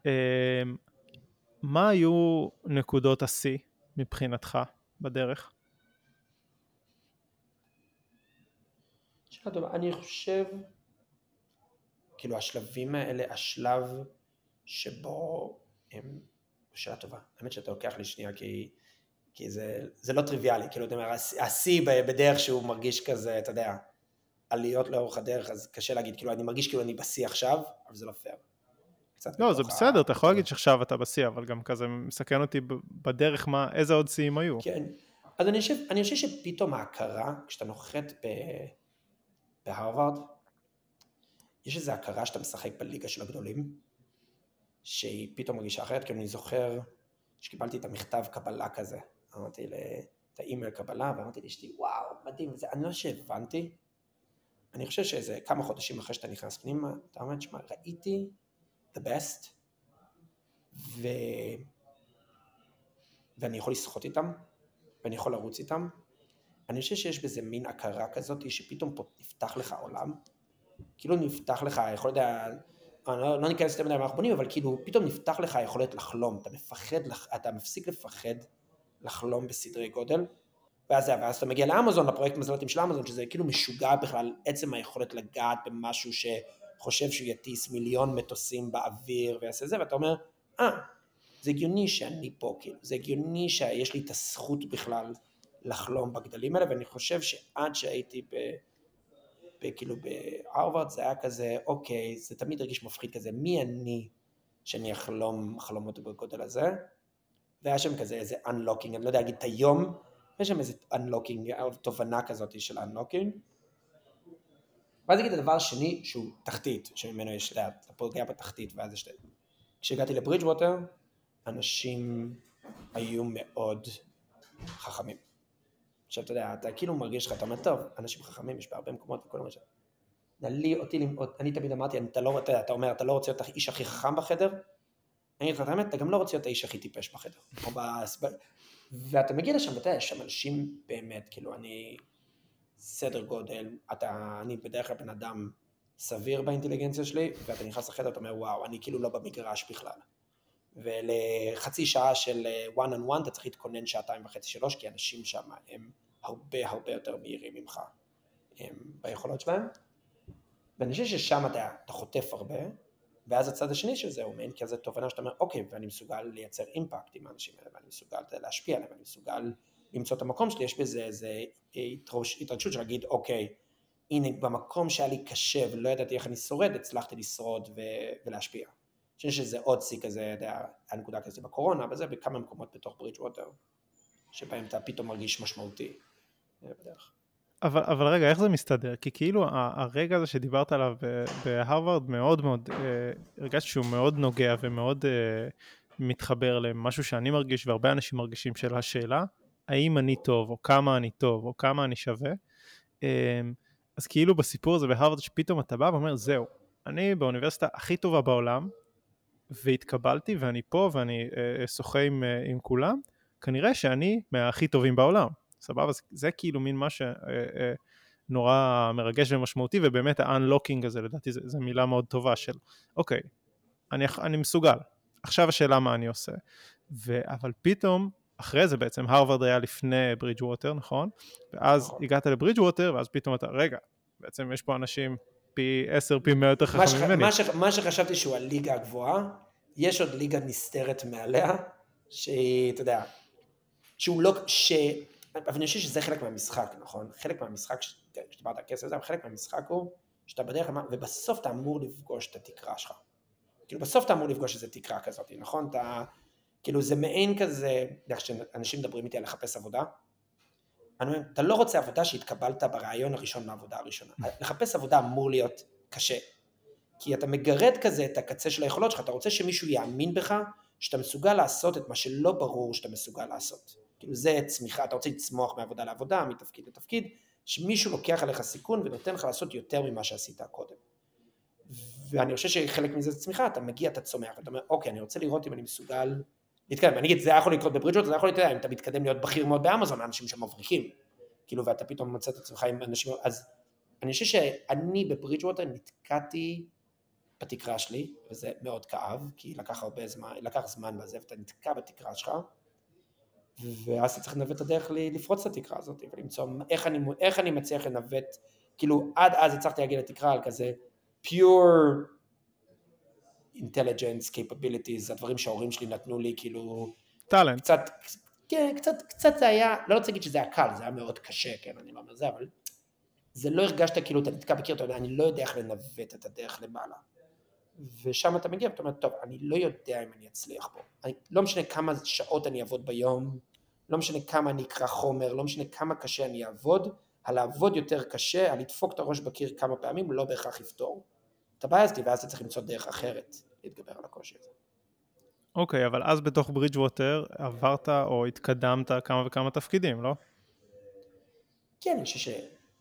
מה היו נקודות השיא מבחינתך בדרך? שאלה טובה, אני חושב, כאילו השלבים האלה, השלב שבו הם, שאלה טובה, האמת שאתה לוקח לי שנייה, כי זה לא טריוויאלי, כאילו, אתה אומר, השיא בדרך שהוא מרגיש כזה, אתה יודע, עליות לאורך הדרך, אז קשה להגיד, כאילו, אני מרגיש כאילו אני בשיא עכשיו, אבל זה לא פייר. לא, זה בסדר, אתה יכול להגיד שעכשיו אתה בשיא, אבל גם כזה מסכן אותי בדרך, איזה עוד שיאים היו? כן, אז אני חושב שפתאום ההכרה, כשאתה נוחת בהרווארד, יש איזו הכרה שאתה משחק בליגה של הגדולים, שהיא פתאום מרגישה אחרת, כי אני זוכר שקיבלתי את המכתב קבלה כזה, אמרתי את האימייל קבלה, ואמרתי לאשתי, וואו, מדהים, אני לא שהבנתי, אני חושב שאיזה כמה חודשים אחרי שאתה נכנס פנימה, אתה אומר, שמה, ראיתי the best, ואני יכול לשחות איתם, ואני יכול לרוץ איתם, אני חושב שיש בזה מין הכרה כזאת, שפתאום פה נפתח לך עולם, כאילו נפתח לך, יכול להיות, לא ניכנס יותר מדי מה אנחנו בונים, אבל כאילו פתאום נפתח לך היכולת לחלום, אתה מפסיק לפחד לחלום בסדרי גודל, ואז אתה מגיע לאמזון, לפרויקט מזלתים של אמזון, שזה כאילו משוגע בכלל, עצם היכולת לגעת במשהו שחושב שהוא יטיס 1,000,000 מטוסים באוויר ויעשה זה, ואתה אומר, זה הגיוני שאני פה, כאילו, זה הגיוני שיש לי את הזכות בכלל לחלום בגדלים האלה, ואני חושב שעד שהייתי כאילו בהרווארד זה היה כזה, אוקיי, זה תמיד הרגיש מפחיד כזה, מי אני שאני אחלום חלומות בגודל הזה, והיה שם כזה איזה unlocking, אני לא יודע להגיד את היום, יש שם איזה unlocking, תובנה כזאת של unlocking, ואז אגיד הדבר השני שהוא תחתית, שממנו יש, אתה פוגע בתחתית, ואז יש, כשהגעתי לברידג'ווטר, אנשים היו מאוד חכמים. עכשיו אתה יודע, אתה כאילו מרגיש לך, אתה אומר, טוב, אנשים חכמים, יש בהרבה מקומות וכל מה ש... אני תמיד אמרתי, אתה אומר, אתה לא רוצה להיות האיש הכי חכם בחדר, אני אגיד לך, אתה גם לא רוצה להיות האיש הכי טיפש בחדר. ואתה מגיע לשם, ואתה יש שם אנשים באמת, כאילו אני סדר גודל, אני בדרך כלל בן אדם סביר באינטליגנציה שלי, ואתה נכנס לחדר, אתה אומר, וואו, אני כאילו לא במגרש בכלל. ולחצי שעה של one on one, אתה צריך להתכונן 2.5-3, כי אנשים שם הם הרבה הרבה יותר מהירים ממך ביכולות שלהם. ואני חושב ששם אתה חוטף הרבה, ואז הצד השני של זה הוא מעין כזה תובנה שאתה אומר, אוקיי, ואני מסוגל לייצר אימפקט עם האנשים האלה, ואני מסוגל להשפיע עליהם, ואני מסוגל למצוא את המקום שלי, יש בזה איזה התרגשות של להגיד, אוקיי, הנה במקום שהיה לי קשה ולא ידעתי איך אני שורד, הצלחתי לשרוד ולהשפיע. אני חושב שזה עוד שיא כזה, הנקודה כזה בקורונה, וזה בכמה מקומות בתוך ברידג'ווטר, שבהם אתה פתאום מרגיש משמעותי בדרך. אבל רגע, איך זה מסתדר? כי כאילו הרגע הזה שדיברת עליו בהרווארד מאוד מאוד, הרגשתי שהוא מאוד נוגע ומאוד מתחבר למשהו שאני מרגיש והרבה אנשים מרגישים של השאלה, האם אני טוב או כמה אני טוב או כמה אני שווה. אז כאילו בסיפור הזה בהרווארד שפתאום אתה בא ואומר זהו, אני באוניברסיטה הכי טובה בעולם והתקבלתי ואני פה ואני שוחה עם כולם, כנראה שאני מהכי טובים בעולם. סבבה, זה כאילו מין מה שנורא מרגש ומשמעותי, ובאמת ה-unlocking הזה, לדעתי, זו מילה מאוד טובה של, אוקיי, אני מסוגל, עכשיו השאלה מה אני עושה. אבל פתאום, אחרי זה בעצם, הרווארד היה לפני ברידג'ווטר, נכון? ואז הגעת לברידג'ווטר, ואז פתאום אתה, רגע, בעצם יש פה אנשים פי 10, פי 100 יותר חכמים ממני. מה שחשבתי שהוא הליגה הגבוהה, יש עוד ליגה נסתרת מעליה, שהיא, אתה יודע, שהוא לא, אבל אני חושב שזה חלק מהמשחק, נכון? חלק מהמשחק, כשדיברת על הכסף הזה, אבל חלק מהמשחק הוא שאתה בדרך כלל, ובסוף אתה אמור לפגוש את התקרה שלך. כאילו בסוף אתה אמור לפגוש איזו תקרה כזאת, נכון? אתה, כאילו זה מעין כזה, דרך שאנשים מדברים איתי על לחפש עבודה, אני אומר, אתה לא רוצה עבודה שהתקבלת ברעיון הראשון מהעבודה הראשונה. לחפש עבודה אמור להיות קשה, כי אתה מגרד כזה את הקצה של היכולות שלך, אתה רוצה שמישהו יאמין בך, שאתה מסוגל לעשות את מה שלא ברור שאתה מסוגל לעשות. כאילו זה צמיחה, אתה רוצה לצמוח מעבודה לעבודה, מתפקיד לתפקיד, שמישהו לוקח עליך סיכון ונותן לך לעשות יותר ממה שעשית קודם. ואני חושב שחלק מזה זה צמיחה, אתה מגיע, אתה צומח, ואתה אומר, אוקיי, אני רוצה לראות אם אני מסוגל להתקדם. אני אגיד, זה יכול לקרות בברידג'ווטר, זה יכול לקרות, אם אתה מתקדם להיות בכיר מאוד באמזון, אנשים שמבריחים, כאילו, ואתה פתאום מוצא את עצמך עם אנשים, אז אני חושב שאני בברידג'ווטר נתקעתי בתקרה שלי, וזה מאוד כאב, כי לקח זמן בזה, ואתה נתקע בתקרה שלך, ואז אתה צריך לנווט את הדרך לפרוץ את התקרה הזאת, ולמצוא איך אני מצליח לנווט, כאילו עד אז הצלחתי להגיע לתקרה על כזה pure intelligence capabilities, הדברים שההורים שלי נתנו לי, כאילו טלנט. קצת זה היה, לא רוצה להגיד שזה היה קל, זה היה מאוד קשה, כן, אני לא אומר זה, אבל זה לא הרגשת כאילו אתה נתקע בקיר, אתה יודע, אני לא יודע איך לנווט את הדרך למעלה. ושם אתה מגיע ואתה אומר, טוב, אני לא יודע אם אני אצליח פה. לא משנה כמה שעות אני אעבוד ביום, לא משנה כמה אני אקרא חומר, לא משנה כמה קשה אני אעבוד, לעבוד יותר קשה, לדפוק את הראש בקיר כמה פעמים, לא בהכרח יפתור. אתה בא לי, ואז אתה צריך למצוא דרך אחרת, להתגבר על הקושי הזה. אוקיי, אבל אז בתוך ברידג'ווטר עברת או התקדמת כמה וכמה תפקידים, לא? כן, אני חושב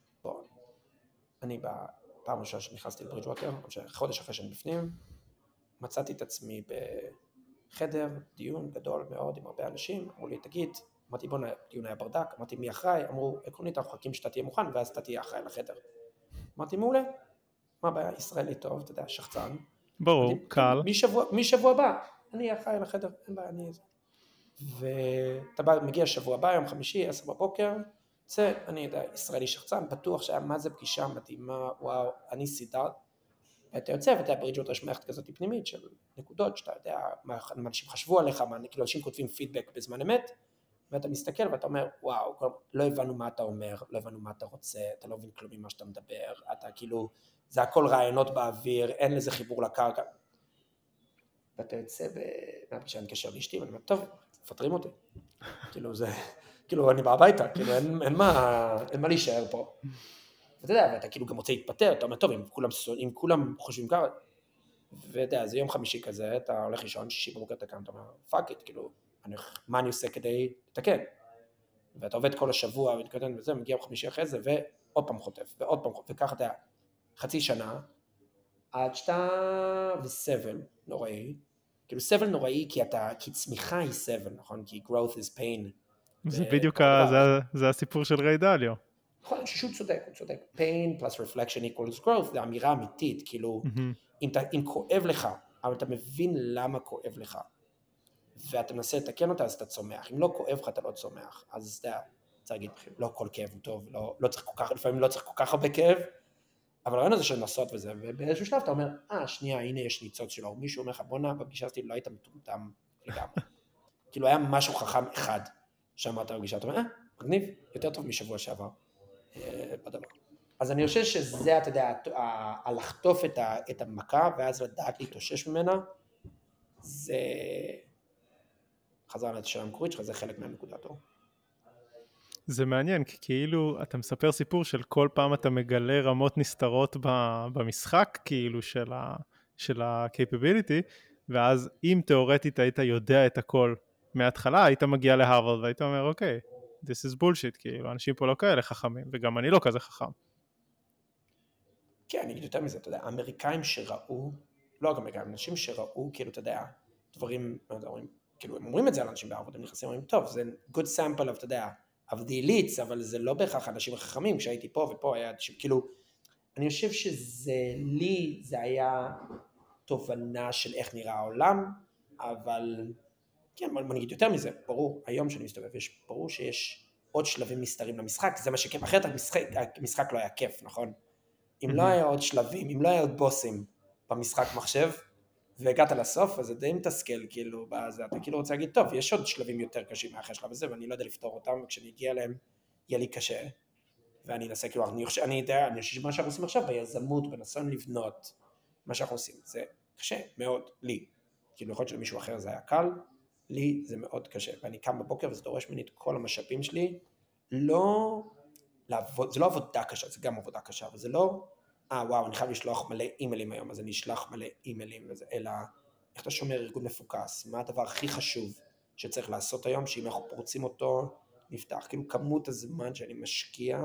אני בפעם ראשונה שנכנסתי לברידג'ווטר, חודש אחרי שאני בפנים, מצאתי את עצמי בחדר, דיון גדול מאוד עם הרבה אנשים, אמרו לי, תגיד, אמרתי, בוא, דיון היה ברדק, אמרתי, מי אחראי? אמרו, עקרונית, אנחנו חכים שאתה תהיה מוכן, ואז אתה תהיה אחראי לחדר. אמרתי, מעולה, מה הבעיה? ישראלי טוב, אתה יודע, שחצן. ברור, קל. משבוע הבא, אני אחראי לחדר, אין בעיה, אני איזה. ואתה מגיע שבוע הבא, יום חמישי, 10 בבוקר, אני יודע, ישראלי שחצן, בטוח שהיה מה זה פגישה מדהימה, וואו, אני סידר, ואתה יוצא, ואתה ברידג'ווטר יש מערכת כזאת פנימית של נקודות, שאתה יודע מה אנשים חשבו עליך, כאילו אנשים כותבים פידבק בזמן אמת, ואתה מסתכל ואתה אומר, וואו, לא הבנו מה אתה אומר, לא הבנו מה אתה רוצה, אתה לא מבין כלום ממה שאתה מדבר, אתה כאילו, זה הכל רעיונות באוויר, אין לזה חיבור לקרקע. ואתה יוצא מהפגישה, אני קשר לאשתי, ואני אומר, טוב, פתרים אותי. כאילו זה, כאילו אני בא הביתה, כאילו אין מה להישאר פה. ואתה יודע, ואתה כאילו גם רוצה להתפטר, אתה אומר, טוב, אם כולם חושבים ככה, ואתה יודע, זה יום חמישי כזה, אתה הולך לישון, שישי בבוקר אתה קם, אתה אומר, פאק איט, כאילו, מה אני עושה כדי לתקן? ואתה עובד כל השבוע, ומתקדם וזה, מגיע יום חמישי אחרי זה, ועוד פעם חוטף, ועוד פעם חוטף, וככה אתה יודע, חצי שנה, עד שאתה בסבל נוראי, כאילו סבל נוראי כי צמיחה היא סבל, נכון? כי growth is pain. זה בדיוק, זה הסיפור של ריי דליו. נכון, שהוא צודק, הוא צודק. pain plus reflection equals growth, זה אמירה אמיתית, כאילו, אם כואב לך, אבל אתה מבין למה כואב לך, ואתה מנסה לתקן אותה, אז אתה צומח. אם לא כואב לך, אתה לא צומח. אז אתה צריך להגיד, לא כל כאב הוא טוב, לא צריך כל כך, לפעמים לא צריך כל כך הרבה כאב, אבל הרעיון הזה של לנסות וזה, ובאיזשהו שלב אתה אומר, שנייה, הנה יש ניצוץ שלו, מישהו אומר לך, בוא נע, בפגישה הזאת לא היית מטומטם לגמרי. כאילו היה משהו חכם אחד, שם אתה רגישה, אתה אומר, מגניב, יותר טוב משבוע שעבר בדבר. אז אני חושב שזה, אתה יודע, לחטוף את המכה, ואז לדעת להתאושש ממנה, זה חזרה לשאלה המקורית שלך, זה חלק מהנקודת אור. זה מעניין, כי כאילו אתה מספר סיפור של כל פעם אתה מגלה רמות נסתרות במשחק, כאילו של ה-capability, ואז אם תיאורטית היית יודע את הכל מההתחלה, היית מגיע להרווארד והיית אומר, אוקיי, this is bullshit, כאילו, אנשים פה לא כאלה חכמים, וגם אני לא כזה חכם. כן, אני אגיד יותר מזה, אתה יודע, האמריקאים שראו, לא רק אמריקאים, אנשים שראו, כאילו, אתה יודע, דברים, כאילו, הם אומרים את זה על אנשים בהרווארד, הם נכנסים, אומרים, טוב, זה good sample of, אתה יודע, of the elites, אבל זה לא בהכרח אנשים חכמים, כשהייתי פה ופה היה אנשים, כאילו, אני חושב שזה, לי, זה היה תובנה של איך נראה העולם, אבל, כן, בוא נגיד יותר מזה, ברור, היום שאני מסתובב, ברור שיש עוד שלבים נסתרים למשחק, זה מה שכיף, אחרת המשחק לא היה כיף, נכון? אם לא היה עוד שלבים, אם לא היה עוד בוסים במשחק מחשב, והגעת לסוף, אז זה די מתסכל, כאילו, בזה, אתה כאילו רוצה להגיד, טוב, יש עוד שלבים יותר קשים מאחרי השלב הזה, ואני לא יודע לפתור אותם, וכשאני אגיע אליהם, יהיה לי קשה, ואני אנסה, כאילו, אני חושב שמה שאנחנו עושים עכשיו, ביזמות, בנסון לבנות, מה שאנחנו עושים, זה קשה מאוד, לי, כאילו, יכול להיות שלמישהו אחר זה היה קל, לי זה מאוד קשה, ואני קם בבוקר וזה דורש ממני את כל המשאבים שלי, לא לעבוד, זה לא עבודה קשה, זה גם עבודה קשה, אבל זה לא, וואו, אני חייב לשלוח מלא אימיילים היום, אז אני אשלח מלא אימיילים, אלא איך אתה שומר ארגון מפוקס, מה הדבר הכי חשוב שצריך לעשות היום, שאם אנחנו פורצים אותו, נפתח, כאילו כמות הזמן שאני משקיע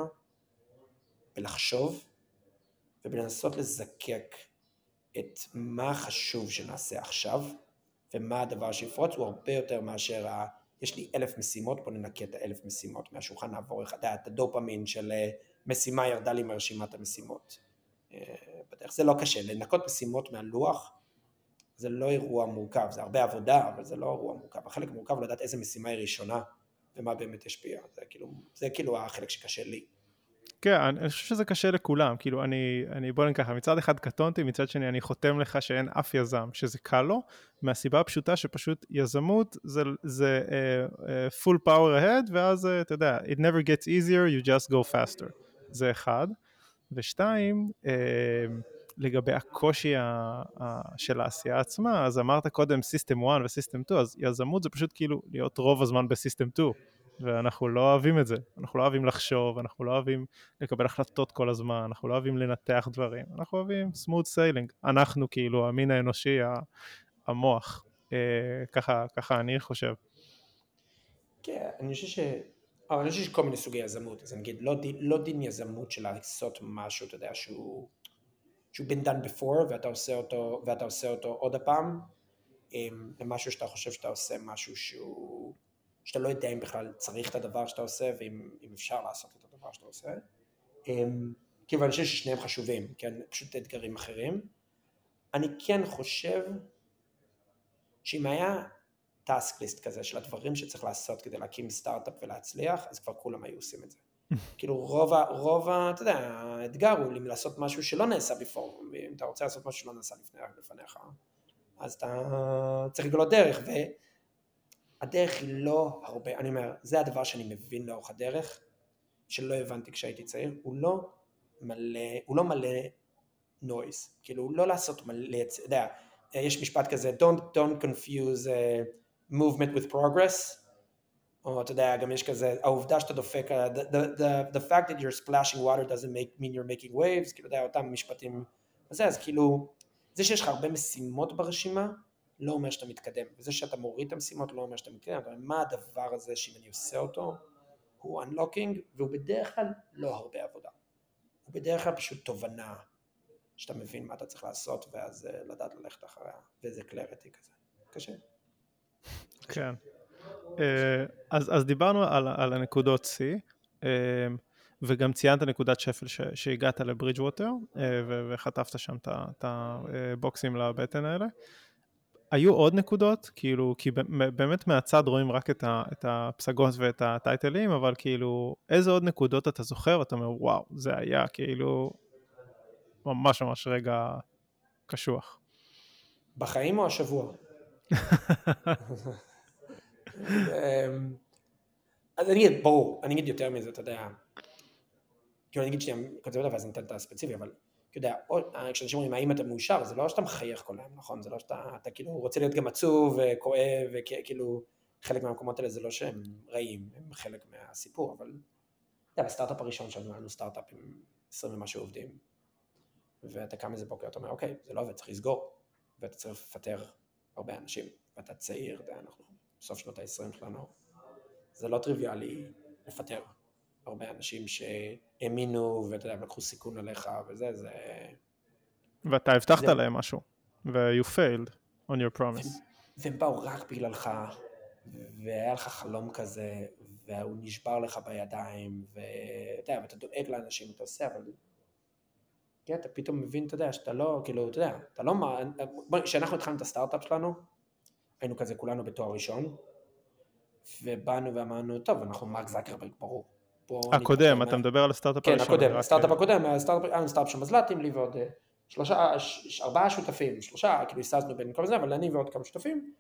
בלחשוב, ובלנסות לזקק את מה חשוב שנעשה עכשיו, ומה הדבר שיפרוץ, הוא הרבה יותר מאשר יש לי 1,000 משימות, בוא ננקה את 1,000 משימות מהשולחן, נעבור את הדופמין של משימה ירדה לי מרשימת המשימות. בדרך זה לא קשה, לנקות משימות מהלוח, זה לא אירוע מורכב, זה הרבה עבודה, אבל זה לא אירוע מורכב. החלק מורכב לדעת איזה משימה היא ראשונה, ומה באמת ישפיע, זה כאילו החלק שקשה לי. כן, אני חושב שזה קשה לכולם, כאילו בוא נגיד ככה, מצד אחד קטונתי, מצד שני אני חותם לך שאין אף יזם שזה קל לו, מהסיבה הפשוטה שפשוט יזמות זה full power ahead, ואז אתה יודע, it never gets easier, you just go faster, זה אחד, ושתיים, לגבי הקושי של העשייה עצמה, אז אמרת קודם System 1 ו-System 2, אז יזמות זה פשוט כאילו להיות רוב הזמן ב-System 2, ואנחנו לא אוהבים את זה, אנחנו לא אוהבים לחשוב, אנחנו לא אוהבים לקבל החלטות כל הזמן, אנחנו לא אוהבים לנתח דברים, אנחנו אוהבים smooth sailing, אנחנו כאילו המין האנושי, המוח, ככה אני חושב. כן, אני חושב שיש כל מיני סוגי יזמות, אז אני אגיד, לא דין יזמות של לעשות משהו, אתה יודע, שהוא been done before, ואתה עושה אותו עוד הפעם, למשהו שאתה חושב שאתה עושה משהו שאתה לא יודע אם בכלל צריך את הדבר שאתה עושה, ואם אפשר לעשות את הדבר שאתה עושה. כאילו, אני חושב ששניהם חשובים, כן, פשוט אתגרים אחרים. אני כן חושב שאם היה טאסק ליסט כזה של הדברים שצריך לעשות כדי להקים סטארט-אפ ולהצליח, אז כבר כולם היו עושים את זה. כאילו רוב, אתה יודע, האתגר הוא לעשות משהו שלא נעשה בפור, ואם אתה רוצה לעשות משהו שלא נעשה לפניך, אז אתה צריך לגלות דרך, והדרך היא לא הרבה, אני אומר, זה הדבר שאני מבין לאורך הדרך, שלא הבנתי כשהייתי צעיר, הוא לא מלא נויז, כאילו לא לעשות מלא, אתה יודע, יש משפט כזה, don't confuse movement with progress, או אתה יודע, גם יש כזה, העובדה שאתה דופק, the fact that you're splashing water doesn't mean you're making waves, כאילו, אתה יודע, אותם משפטים, אז כאילו, זה שיש לך הרבה משימות ברשימה, לא אומר שאתה מתקדם, וזה שאתה מוריד את המשימות לא אומר שאתה מתקדם, אבל מה הדבר הזה שאם אני עושה אותו, הוא unlocking, והוא בדרך כלל לא הרבה עבודה, הוא בדרך כלל פשוט תובנה, שאתה מבין מה אתה צריך לעשות, ואז לדעת ללכת אחריה, וזה קלריטי כזה, קשה. כן. אז דיברנו על הנקודות C, וגם ציינת נקודת שפל שהגעת לברידג' ווטר, וחטפת שם את הבוקסים לבטן האלה. היו עוד נקודות, כאילו, כי באמת מהצד רואים רק את הפסגות ואת הטייטלים, אבל כאילו, איזה עוד נקודות אתה זוכר, ואתה אומר, וואו, זה היה כאילו ממש ממש רגע קשוח. בחיים או השבוע? אז אני אגיד, ברור, אני אגיד יותר מזה, אתה יודע, כאילו אני אגיד שאני כותב אותה ואז ניתן את הספציפי, אבל אתה יודע, כשאנשים אומרים האם אתה מאושר, זה לא שאתה מחייך כל היום, נכון? זה לא שאתה כאילו רוצה להיות גם עצוב וכואב, וכאילו חלק מהמקומות האלה זה לא שהם רעים, הם חלק מהסיפור, אבל אתה יודע, בסטארט-אפ הראשון שלנו, היה סטארט-אפ עם 20 ומשהו עובדים, ואתה קם איזה בוקר, אתה אומר, אוקיי, זה לא עובד, צריך לסגור, ואתה צריך לפטר הרבה אנשים, ואתה צעיר, אתה יודע, אנחנו בסוף שנות ה-20 שלנו, זה לא טריוויאלי לפטר הרבה אנשים שהאמינו, ואתה יודע, לקחו סיכון עליך, וזה, זה... ואתה הבטחת להם משהו, ו-you failed on your promise. והם באו רק בגללך, והיה לך חלום כזה, והוא נשבר לך בידיים, ואתה יודע, ואתה דואג לאנשים, אתה עושה, אבל... כן, אתה פתאום מבין, אתה יודע, שאתה לא, כאילו, אתה יודע, אתה לא... כשאנחנו התחלנו את הסטארט-אפ שלנו, היינו כזה כולנו בתואר ראשון, ובאנו ואמרנו, טוב, אנחנו מרק זקרברג, ברור. הקודם, אתה מדבר על הסטארט-אפ הראשון. כן, הקודם, הסטארט-אפ הקודם, הסטארט-אפ שמזל"טים לי ועוד 4 שותפים, 3, כאילו הסתזנו בין כל זה, אבל אני ועוד כמה שותפים,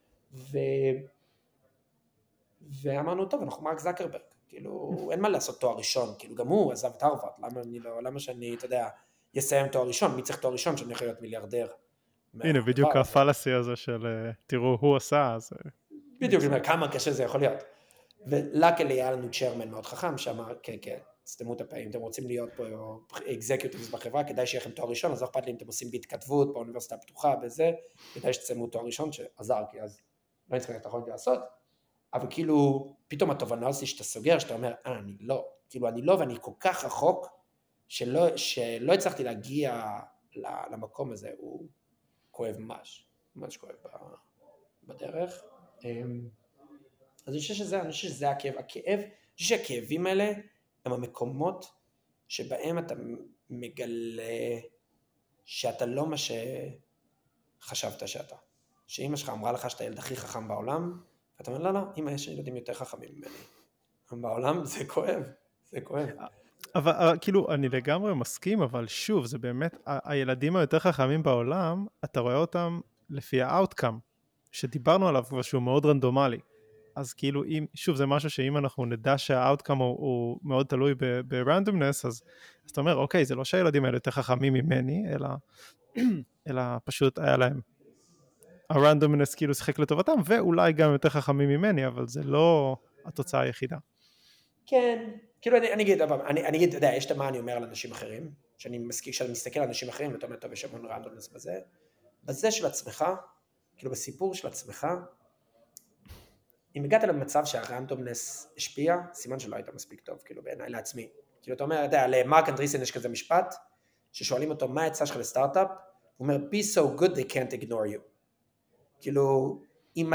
ואמרנו, טוב, אנחנו מרק זקרברג, כאילו, אין מה לעשות תואר ראשון, כאילו, גם הוא עזב את הרווארד, למה שאני, אתה יודע, יסיים תואר ראשון, מי צריך תואר ראשון שאני יכול להיות מיליארדר? הנה, בדיוק הפלסי הזה של, תראו, הוא עשה, אז... בדיוק, כמה קשה זה יכול להיות. ולקלי היה לנו צ'רמן מאוד חכם, שאמר, כן, סתמו את הפעים, אתם רוצים להיות פה אקזקיוטיבס בחברה, כדאי שיהיה לכם תואר ראשון, אז לא אכפת לי אם אתם עושים בהתכתבות, באוניברסיטה הפתוחה, בזה, כדאי שתסיימו תואר ראשון, שעזר, כי אז לא נצטרך את החוק לעשות, אבל כאילו, פתאום התובנה עושה שאתה סוגר, שאתה אומר, אני לא, כאילו אני לא, ואני כל כך רחוק, שלא הצלחתי להגיע למקום הזה, הוא כואב ממש כואב בדרך. אז אני חושב שזה הכאב, אני חושב שהכאבים האלה הם המקומות שבהם אתה מגלה שאתה לא מה שחשבת שאתה. שאמא שלך אמרה לך שאתה הילד הכי חכם בעולם, ואתה אומר, לא, אמא, יש ילדים יותר חכמים ממני. בעולם זה כואב. אבל כאילו, אני לגמרי מסכים, אבל שוב, זה באמת, הילדים היותר חכמים בעולם, אתה רואה אותם לפי ה-outcome, שדיברנו עליו כבר שהוא מאוד רנדומלי. אז כאילו, שוב, זה משהו שאם אנחנו נדע שה-outcome הוא מאוד תלוי ב-randomness, אז אתה אומר, אוקיי, זה לא שהילדים האלה יותר חכמים ממני, אלא פשוט היה להם ה-randomness כאילו שיחק לטובתם, ואולי גם יותר חכמים ממני, אבל זה לא התוצאה היחידה. כן, כאילו אני אגיד, אתה יודע, יש את מה אני אומר על אנשים אחרים, שאני מסתכל על אנשים אחרים, ואתה אומר, טוב, יש המון randomness בזה של עצמך, כאילו בסיפור של עצמך, אם הגעת למצב שהרנדומנס השפיע, סימן שלא היית מספיק טוב, כאילו בעיניי לעצמי. כאילו אתה אומר, אתה יודע, למרק אנדריסן יש כזה משפט, ששואלים אותו מה העצה שלך לסטארט-אפ, הוא אומר, be so good they can't ignore you. כאילו, אם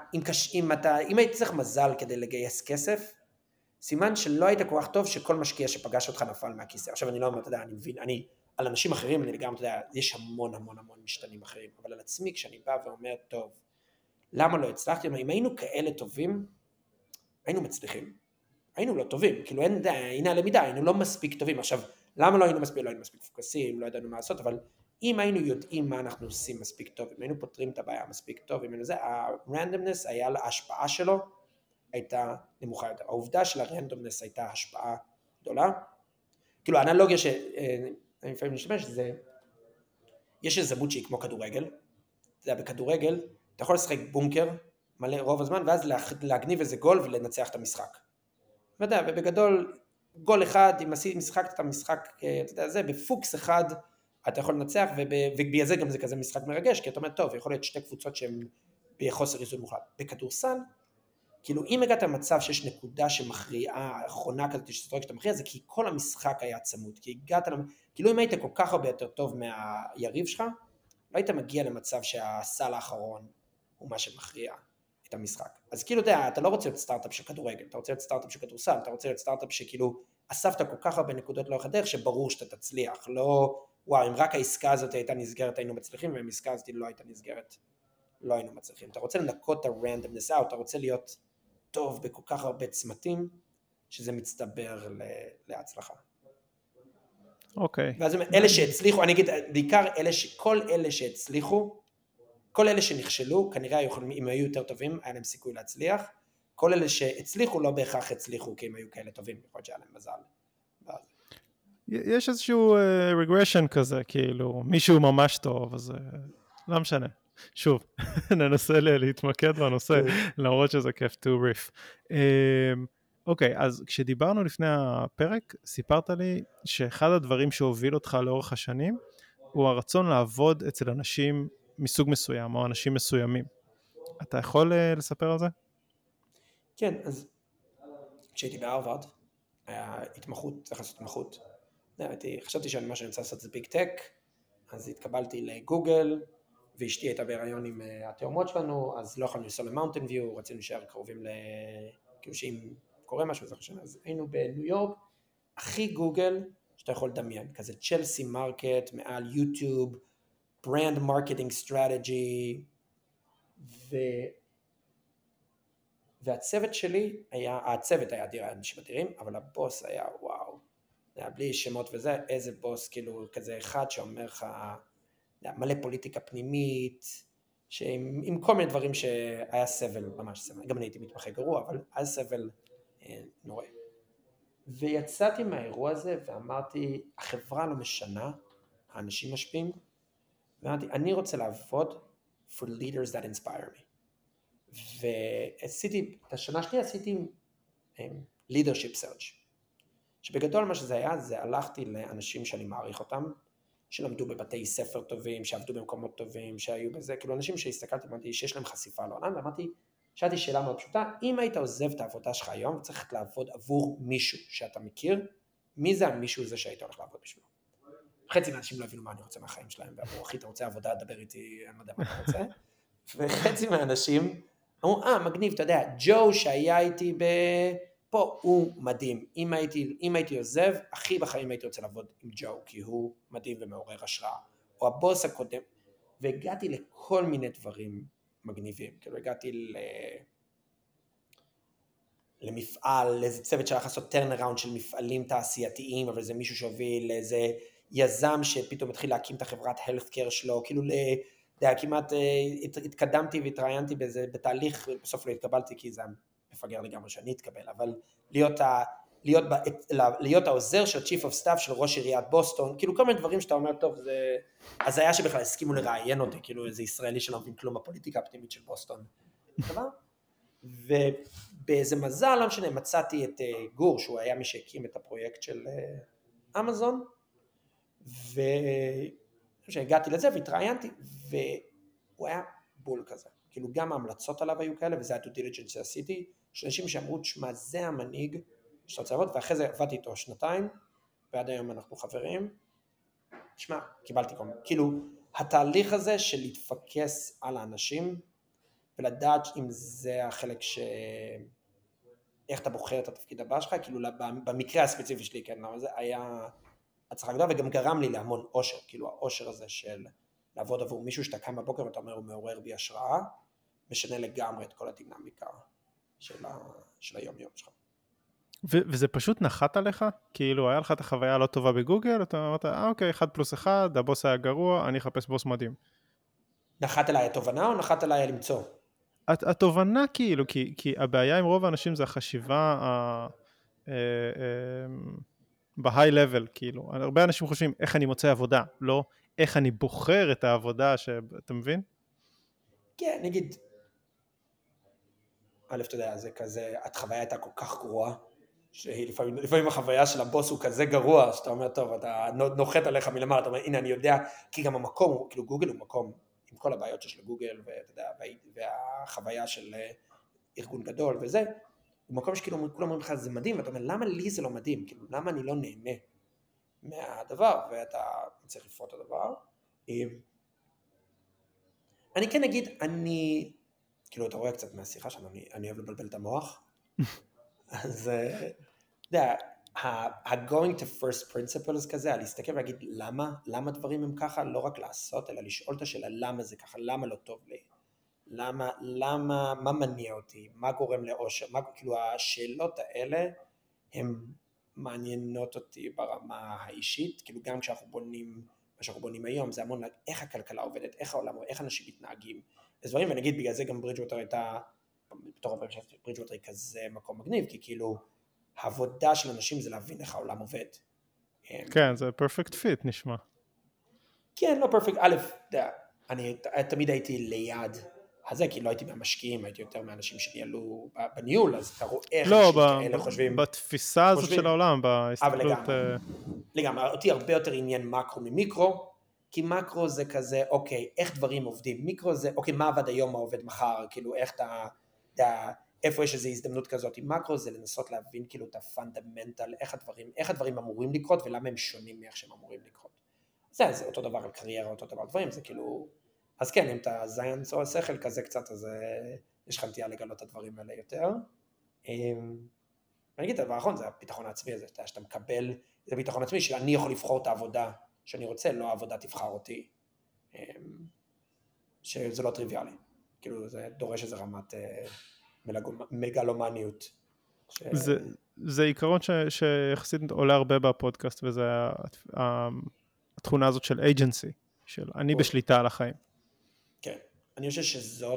היית צריך מזל כדי לגייס כסף, סימן שלא היית כל כך טוב שכל משקיע שפגש אותך נפל מהכיסא. עכשיו אני לא אומר, אתה יודע, אני מבין, על אנשים אחרים, אני לגמרי, אתה יודע, יש המון משתנים אחרים, אבל על עצמי כשאני בא ואומר, טוב, למה לא הצלחתי? אם היינו כאלה טובים, היינו מצליחים. היינו לא טובים, כאילו הנה הלמידה, היינו לא מספיק טובים. עכשיו, למה לא היינו מספיק פוקסים, לא ידענו מה לעשות, אבל אם היינו יודעים מה אנחנו עושים מספיק טוב, אם היינו פותרים את הבעיה מספיק טוב, הרנדומנס היה ההשפעה שלו, הייתה נמוכה יותר. העובדה של הרנדומנס הייתה השפעה גדולה. כאילו האנלוגיה שאני לפעמים משתמש, זה, יש איזה זמות שהיא כמו כדורגל, זה בכדורגל, אתה יכול לשחק בונקר מלא רוב הזמן, ואז להגניב איזה גול ולנצח את המשחק. ואתה יודע, ובגדול, גול אחד, אם משחקת את המשחק, אתה יודע, זה בפוקס אחד, אתה יכול לנצח, ובגלל זה גם זה כזה משחק מרגש, כי אתה אומר, טוב, יכול להיות שתי קבוצות שהן בחוסר איזון מוחלט. בכדורסל, כאילו אם הגעת למצב שיש נקודה שמכריעה, האחרונה כזאת שאתה מכריע, זה כי כל המשחק היה צמוד, כי הגעת, כאילו אם היית כל כך הרבה יותר טוב מהיריב שלך, לא היית מגיע למצב שהסל האחרון הוא מה שמכריע את המשחק. אז כאילו אתה לא רוצה להיות סטארט-אפ של כדורגל, אתה רוצה להיות סטארט-אפ של כדורסל, אתה רוצה להיות סטארט-אפ שכאילו אספת כל כך הרבה נקודות לאורך הדרך שברור שאתה תצליח, לא, וואו, אם רק העסקה הזאת הייתה נסגרת היינו מצליחים, ואם העסקה הזאת לא הייתה נסגרת, לא היינו מצליחים. אתה רוצה לנקות את ה-randomness out, אתה רוצה להיות טוב בכל כך הרבה צמתים, שזה מצטבר להצלחה. אוקיי. ואז אלה שהצליחו, אני אגיד, בעיקר כל אלה שהצליחו, כל אלה שנכשלו, כנראה אם היו יותר טובים, היה להם סיכוי להצליח, כל אלה שהצליחו לא בהכרח הצליחו, כי הם היו כאלה טובים, יכול להיות שהיה להם מזל. יש איזשהו רגרשן כזה, כאילו, מישהו ממש טוב, אז לא משנה. שוב, ננסה להתמקד בנושא, למרות שזה כיף to riff. אוקיי, אז כשדיברנו לפני הפרק, סיפרת לי שאחד הדברים שהוביל אותך לאורך השנים, הוא הרצון לעבוד אצל אנשים מסוג מסוים, או אנשים מסוימים. אתה יכול לספר על זה? כן, אז כשהייתי בהרווארד, היה התמחות, צריך לעשות התמחות. חשבתי שאני מה שאני רוצה לעשות זה ביג טק, אז התקבלתי לגוגל, ואשתי הייתה בהיריון עם התאומות שלנו, אז לא יכולנו לנסוע למאונטן ויו, רצינו להישאר קרובים כאילו שאם קורה משהו, זה חשוב. אז היינו בניו יורק, הכי גוגל שאתה יכול לדמיין, כזה צ'לסי מרקט, מעל יוטיוב, ברנד מרקטינג סטרטג'י, והצוות שלי היה, הצוות היה אדיר, היה אנשים אדירים, אבל הבוס היה וואו, זה היה בלי שמות וזה, איזה בוס, כאילו כזה אחד שאומר לך, מלא פוליטיקה פנימית, עם כל מיני דברים שהיה סבל, ממש סבל, גם אני הייתי מתמחה גרוע, אבל היה סבל נוראי. ויצאתי מהאירוע הזה ואמרתי, החברה לא משנה, האנשים משפיעים, ואמרתי, אני רוצה לעבוד for leaders that inspire me. ועשיתי, את השנה שלי עשיתי leadership search, שבגדול מה שזה היה, זה הלכתי לאנשים שאני מעריך אותם, שלמדו בבתי ספר טובים, שעבדו במקומות טובים, שהיו בזה, כאילו אנשים שהסתכלתי, אמרתי שיש להם חשיפה לעולם, ואמרתי, שאלתי שאלה מאוד פשוטה, אם היית עוזב את העבודה שלך היום, וצריך לעבוד עבור מישהו שאתה מכיר, מי זה המישהו הזה שהיית הולך לעבוד בשבילו? חצי מהאנשים לא הבינו מה אני רוצה מהחיים שלהם, ואמרו, אחי, אתה רוצה עבודה, דבר איתי, אני לא יודע מה אתה רוצה, וחצי מהאנשים אמרו, מגניב, אתה יודע, ג'ו שהיה איתי פה, הוא מדהים, אם הייתי עוזב, הכי בחיים הייתי רוצה לעבוד עם ג'ו, כי הוא מדהים ומעורר השראה, או הבוס הקודם, והגעתי לכל מיני דברים מגניבים, כאילו הגעתי למפעל, לאיזה צוות שהלך לעשות טרנראונד של מפעלים תעשייתיים, אבל זה מישהו שהוביל לאיזה יזם שפתאום התחיל להקים את החברת healthcare שלו, כאילו כמעט התקדמתי והתראיינתי בזה בתהליך, בסוף לא התקבלתי כי זה מפגר לגמרי שאני אתקבל, אבל להיות העוזר של Chief of Staff של ראש עיריית בוסטון, כאילו כל מיני דברים שאתה אומר, טוב, זה הזיה שבכלל הסכימו לראיין אותי, כאילו איזה ישראלי שלא מבין כלום בפוליטיקה הפנימית של בוסטון. ובאיזה מזל, לא משנה, מצאתי את גור, שהוא היה מי שהקים את הפרויקט של אמזון, וכשהגעתי לזה והתראיינתי, והוא היה בול כזה, כאילו גם ההמלצות עליו היו כאלה, וזה ה-due diligence שעשיתי, שאנשים שאמרו, תשמע, זה המנהיג שאתה רוצה לעבוד, ואחרי זה עבדתי איתו 2, ועד היום אנחנו חברים, תשמע, קיבלתי כל מיני, כאילו, התהליך הזה של להתפקס על האנשים, ולדעת אם זה החלק איך אתה בוחר את התפקיד הבא שלך, כאילו במקרה הספציפי שלי, כן, למה זה היה הצלחה גדולה, וגם גרם לי להמון אושר, כאילו האושר הזה של לעבוד עבור מישהו שאתה קם בבוקר ואתה אומר, הוא מעורר בי השראה, משנה לגמרי את כל הדינמיקה של היום יום שלך. וזה פשוט נחת עליך? כאילו היה לך את החוויה הלא טובה בגוגל, אתה אמרת, אוקיי, 1+1, הבוס היה גרוע, אני אחפש בוס מדהים. נחת עליי התובנה או נחת עליי למצוא? התובנה כאילו, כי הבעיה עם רוב האנשים זה החשיבה בהיי לבל, כאילו. הרבה אנשים חושבים איך אני מוצא עבודה, לא איך אני בוחר את העבודה, שאתה מבין? כן, נגיד, א', אתה יודע, זה כזה, החוויה הייתה כל כך גרועה, לפעמים החוויה של הבוס הוא כזה גרוע, שאתה אומר, טוב, אתה נוחת עליך מלמעלה, אתה אומר, הנה, אני יודע, כי גם המקום, כאילו גוגל הוא מקום, עם כל הבעיות שיש לגוגל, ואתה יודע, והחוויה של ארגון גדול וזה, הוא מקום שכאילו כולם אומרים לך, זה מדהים, ואתה אומר, למה לי זה לא מדהים? כאילו, למה אני לא נהנה מהדבר, ואתה צריך לפרוט את הדבר. אני כן אגיד, כאילו, אתה רואה קצת מהשיחה שלנו, אני אוהב לבלבל את המוח, אז, אתה יודע, ה-going to first principles כזה, להסתכל ולהגיד למה דברים הם ככה, לא רק לעשות, אלא לשאול את השאלה, למה זה ככה, למה לא טוב לי, מה מניע אותי, מה גורם לאושר, כאילו השאלות האלה, הן מעניינות אותי ברמה האישית, כאילו גם כשאנחנו בונים, מה שאנחנו בונים היום, זה המון איך הכלכלה עובדת, איך העולם, איך אנשים מתנהגים, אז דברים, ונגיד בגלל זה גם ברידג'ווטר הייתה בתור הרבה ברידג'ווטר היא כזה מקום מגניב, כי כאילו, העבודה של אנשים זה להבין איך העולם עובד. כן, זה פרפקט פיט נשמע. כן, לא פרפקט, א', אני תמיד הייתי ליד הזה, כי לא הייתי מהמשקיעים, הייתי יותר מהאנשים שניהלו בניהול, אז אתה רואה איך אנשים כאלה חושבים. בתפיסה הזאת של העולם, בהסתכלות. לגמרי, אותי הרבה יותר עניין מקרו ממיקרו, כי מקרו זה כזה, אוקיי, איך דברים עובדים, מיקרו זה, אוקיי, מה עבד היום, מה עובד מחר, כאילו, איך איפה יש איזו הזדמנות כזאת, מקרו זה לנסות להבין כאילו את הפונדמנטל, איך הדברים אמורים לקרות, ולמה הם שונים מאיך שהם אמורים לקרות. זה אותו דבר על קריירה, אותו דבר על דברים, זה כאילו, אז כן, אם אתה זיין או שכל כזה קצת, אז יש לך נטייה לגלות את הדברים האלה יותר. ואני אגיד, הדבר האחרון זה הביטחון העצמי הזה, שאתה מקבל את הביטחון העצמי, שאני יכול לבחור את העבודה שאני רוצה, לא העבודה תבחר אותי, שזה לא טריוויאלי, כאילו זה דורש איזה רמת מגלומניות. זה עיקרון שיחסית עולה הרבה בפודקאסט, וזה התכונה הזאת של agency, של אני בשליטה על החיים. כן, אני חושב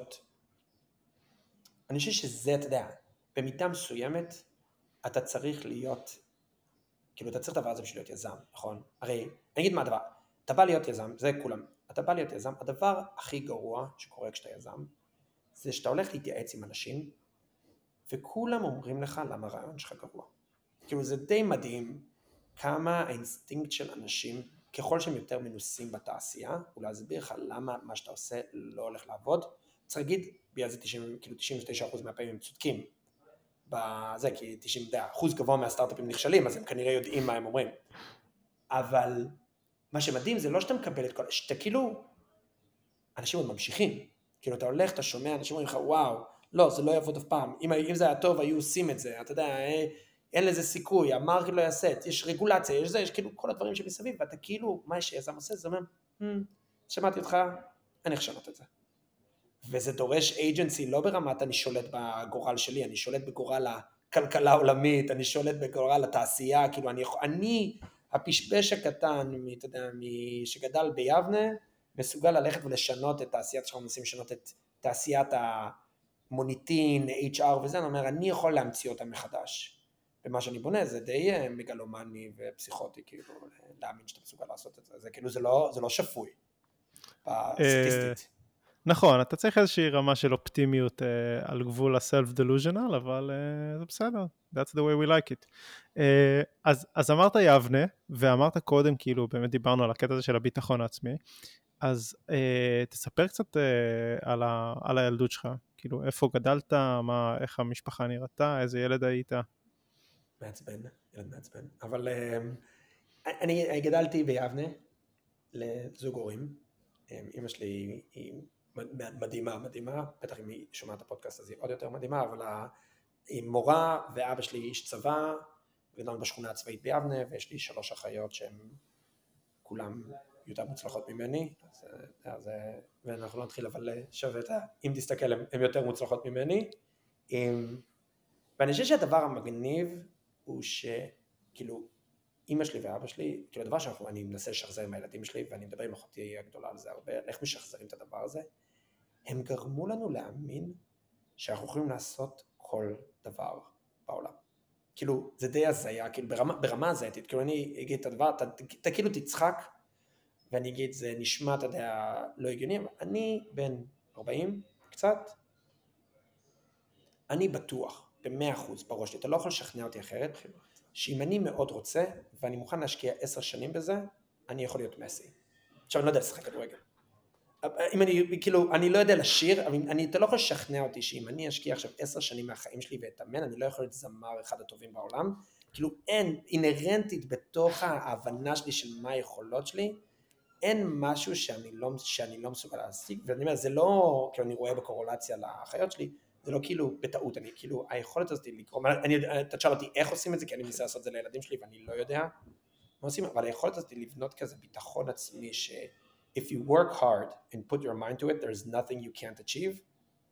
שזה, אתה יודע, במידה מסוימת, אתה צריך להיות, כאילו אתה צריך דבר הזה בשביל להיות יזם, נכון? הרי, אני אגיד מה הדבר, אתה בא להיות יזם, זה כולם, אתה בא להיות יזם, הדבר הכי גרוע שקורה כשאתה יזם, זה שאתה הולך להתייעץ עם אנשים, וכולם אומרים לך למה הרעיון שלך גרוע. כאילו זה די מדהים, כמה האינסטינקט של אנשים, ככל שהם יותר מנוסים בתעשייה, הוא להסביר לך למה מה שאתה עושה לא הולך לעבוד, צריך להגיד, בגלל זה 99% מהפעמים הם צודקים, בזה, כי 90% גבוה מהסטארט-אפים נכשלים, אז הם כנראה יודעים מה הם אומרים. אבל מה שמדהים זה לא שאתה מקבל את כל, שאתה כאילו, אנשים עוד ממשיכים, כאילו אתה הולך, אתה שומע, אנשים אומרים לך, וואו, לא, זה לא יעבוד אף פעם, אם זה היה טוב, היו עושים את זה, אתה יודע, אין לזה סיכוי, המרקט לא יעשה, יש רגולציה, יש כאילו כל הדברים שמסביב, ואתה כאילו, מה שיזם עושה, זה אומר, שמעתי אותך, אני חשבת את זה. וזה דורש agency, לא ברמת אני שולט בגורל שלי, אני שולט בגורל הכלכלה העולמית, אני שולט בגורל התעשייה, כאילו אני הפשפש הקטן, אתה יודע, שגדל ביבנה, מסוגל ללכת ולשנות את תעשיית שלך, מנסים לשנות את תעשיית המוניטין, HR וזה, אני אומר, אני יכול להמציא אותה מחדש. ומה שאני בונה זה די מגלומני ופסיכוטי, כאילו, להאמין שאתה מסוגל לעשות את זה, זה כאילו, זה לא שפוי, בסטטיסטית. נכון, אתה צריך איזושהי רמה של אופטימיות על גבול ה-self-delusional, אבל זה בסדר, that's the way we like it. אז אמרת יבנה, ואמרת קודם, כאילו, באמת דיברנו על הקטע הזה של הביטחון העצמי, אז תספר קצת על הילדות שלך, כאילו, איפה גדלת, איך המשפחה נראתה, איזה ילד היית? מעצבן, ילד מעצבן, אבל אני גדלתי ביבנה, לזוג הורים, אמא שלי היא מדהימה, בטח אם היא שומעת את הפודקאסט הזה היא עוד יותר מדהימה, אבל היא מורה ואבא שלי איש צבא, גדלנו בשכונה הצבאית ביבנה, ויש לי 3 אחיות שהן כולם יותר מוצלחות ממני, ואנחנו לא נתחיל אבל שווה, אם תסתכל הן יותר מוצלחות ממני, ואני חושב שהדבר המגניב הוא שכאילו אמא שלי ואבא שלי, כאילו הדבר שאני מנסה לשחזר עם הילדים שלי, ואני מדבר עם אחותי הגדולה על זה הרבה, איך משחזרים את הדבר הזה, הם גרמו לנו להאמין שאנחנו יכולים לעשות כל דבר בעולם. כאילו, זה די הזיה, כאילו ברמה הזאתית, כאילו אני אגיד את הדבר, אתה כאילו תצחק, ואני אגיד, זה נשמע, אתה יודע, לא הגיוני, אבל אני בן 40 קצת, אני בטוח, ב100% בראש לי, אתה לא יכול לשכנע אותי אחרת, שאם אני מאוד רוצה, ואני מוכן להשקיע 10 שנים בזה, אני יכול להיות מסי. עכשיו, אני לא יודע לשחק כדורגל. אם אני, כאילו, אני לא יודע לשיר, אבל אתה לא יכול לשכנע אותי שאם אני אשקיע עכשיו 10 שנים מהחיים שלי ואתאמן, אני לא יכול להיות זמר אחד הטובים בעולם. כאילו, אין, אינרנטית בתוך ההבנה שלי של מה היכולות שלי, אין משהו שאני לא מסוגל להשיג, ואני אומר, זה לא, כאילו, אני רואה בקורולציה לאחיות שלי, זה לא כאילו בטעות, אני כאילו, היכולת הזאת לקרוא, אתה תשאל אותי איך עושים את זה, כי אני מנסה לעשות את זה לילדים שלי ואני לא יודע מה עושים, אבל היכולת הזאת לבנות כזה ביטחון עצמי, ש if you work hard and put your mind to it, there's nothing you can't achieve,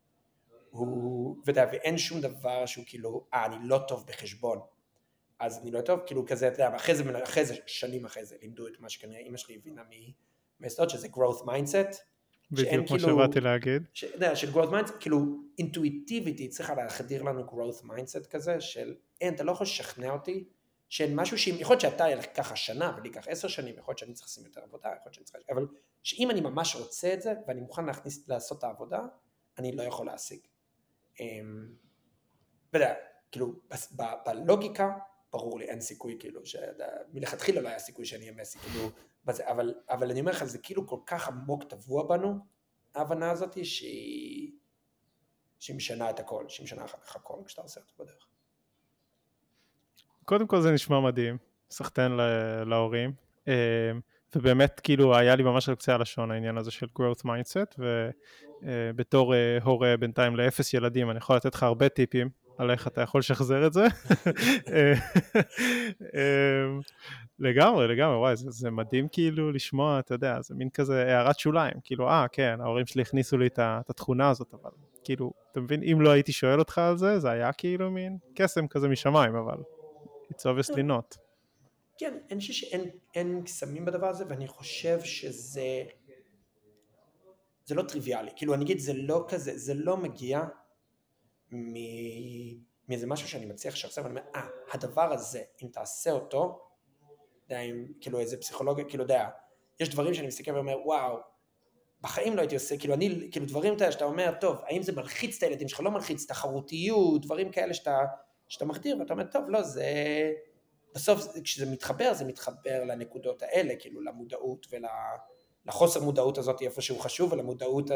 ואין שום דבר שהוא כאילו, אני לא טוב בחשבון, אז אני לא טוב, כאילו כזה, אתה יודע, אחרי זה, שנים אחרי זה, לימדו את מה שכנראה אמא שלי הבינה מהסתות, שזה growth mindset, שאין בדיוק כמו כאילו, שבאתי להגיד. של growth mindset, כאילו אינטואיטיבית היא צריכה להחדיר לנו growth mindset כזה, של אין, אתה לא יכול לשכנע אותי, שאין משהו יכול להיות שאתה ילך ככה שנה, ולי ייקח 10 שנים, יכול להיות שאני צריך לשים יותר עבודה, יכול להיות שאני צריך, אבל שאם אני ממש רוצה את זה, ואני מוכן לעשות את העבודה, אני לא יכול להשיג. ואתה, כאילו, בלוגיקה, ברור לי, אין סיכוי, כאילו, מלכתחילה לא היה סיכוי שאני אהיה מסי, כאילו, אבל אני אומר לך, זה כאילו כל כך עמוק טבוע בנו, ההבנה הזאת שהיא משנה את הכל, שהיא משנה אחר כך הכל, כשאתה עושה אותו בדרך. קודם כל זה נשמע מדהים, סחטיין להורים, ובאמת כאילו היה לי ממש על קצה הלשון העניין הזה של growth mindset, ובתור הורה בינתיים לאפס ילדים, אני יכול לתת לך הרבה טיפים על איך אתה יכול לשחזר את זה. לגמרי, וואי, זה מדהים כאילו לשמוע, אתה יודע, זה מין כזה הערת שוליים, כאילו, כן, ההורים שלי הכניסו לי את התכונה הזאת, אבל כאילו, אתה מבין, אם לא הייתי שואל אותך על זה, זה היה כאילו מין קסם כזה משמיים, אבל it's obviously not. כן, אני חושב שאין קסמים בדבר הזה, ואני חושב שזה לא טריוויאלי, כאילו אני אגיד, זה לא כזה, זה לא מגיע מאיזה משהו שאני מצליח שעכשיו, אני אומר, הדבר הזה, אם תעשה אותו, כאילו איזה פסיכולוגיה, כאילו יודע, יש דברים שאני מסתכל ואומר, וואו, בחיים לא הייתי עושה, כאילו אני, כאילו דברים כאלה שאתה אומר, טוב, האם זה מלחיץ את הילדים שלך, לא מלחיץ, תחרותיות, דברים כאלה שאתה מחדיר, ואתה אומר, טוב, לא, זה, בסוף כשזה מתחבר, זה מתחבר לנקודות האלה, כאילו למודעות ולחוסר מודעות הזאת איפה שהוא חשוב, ולמודעות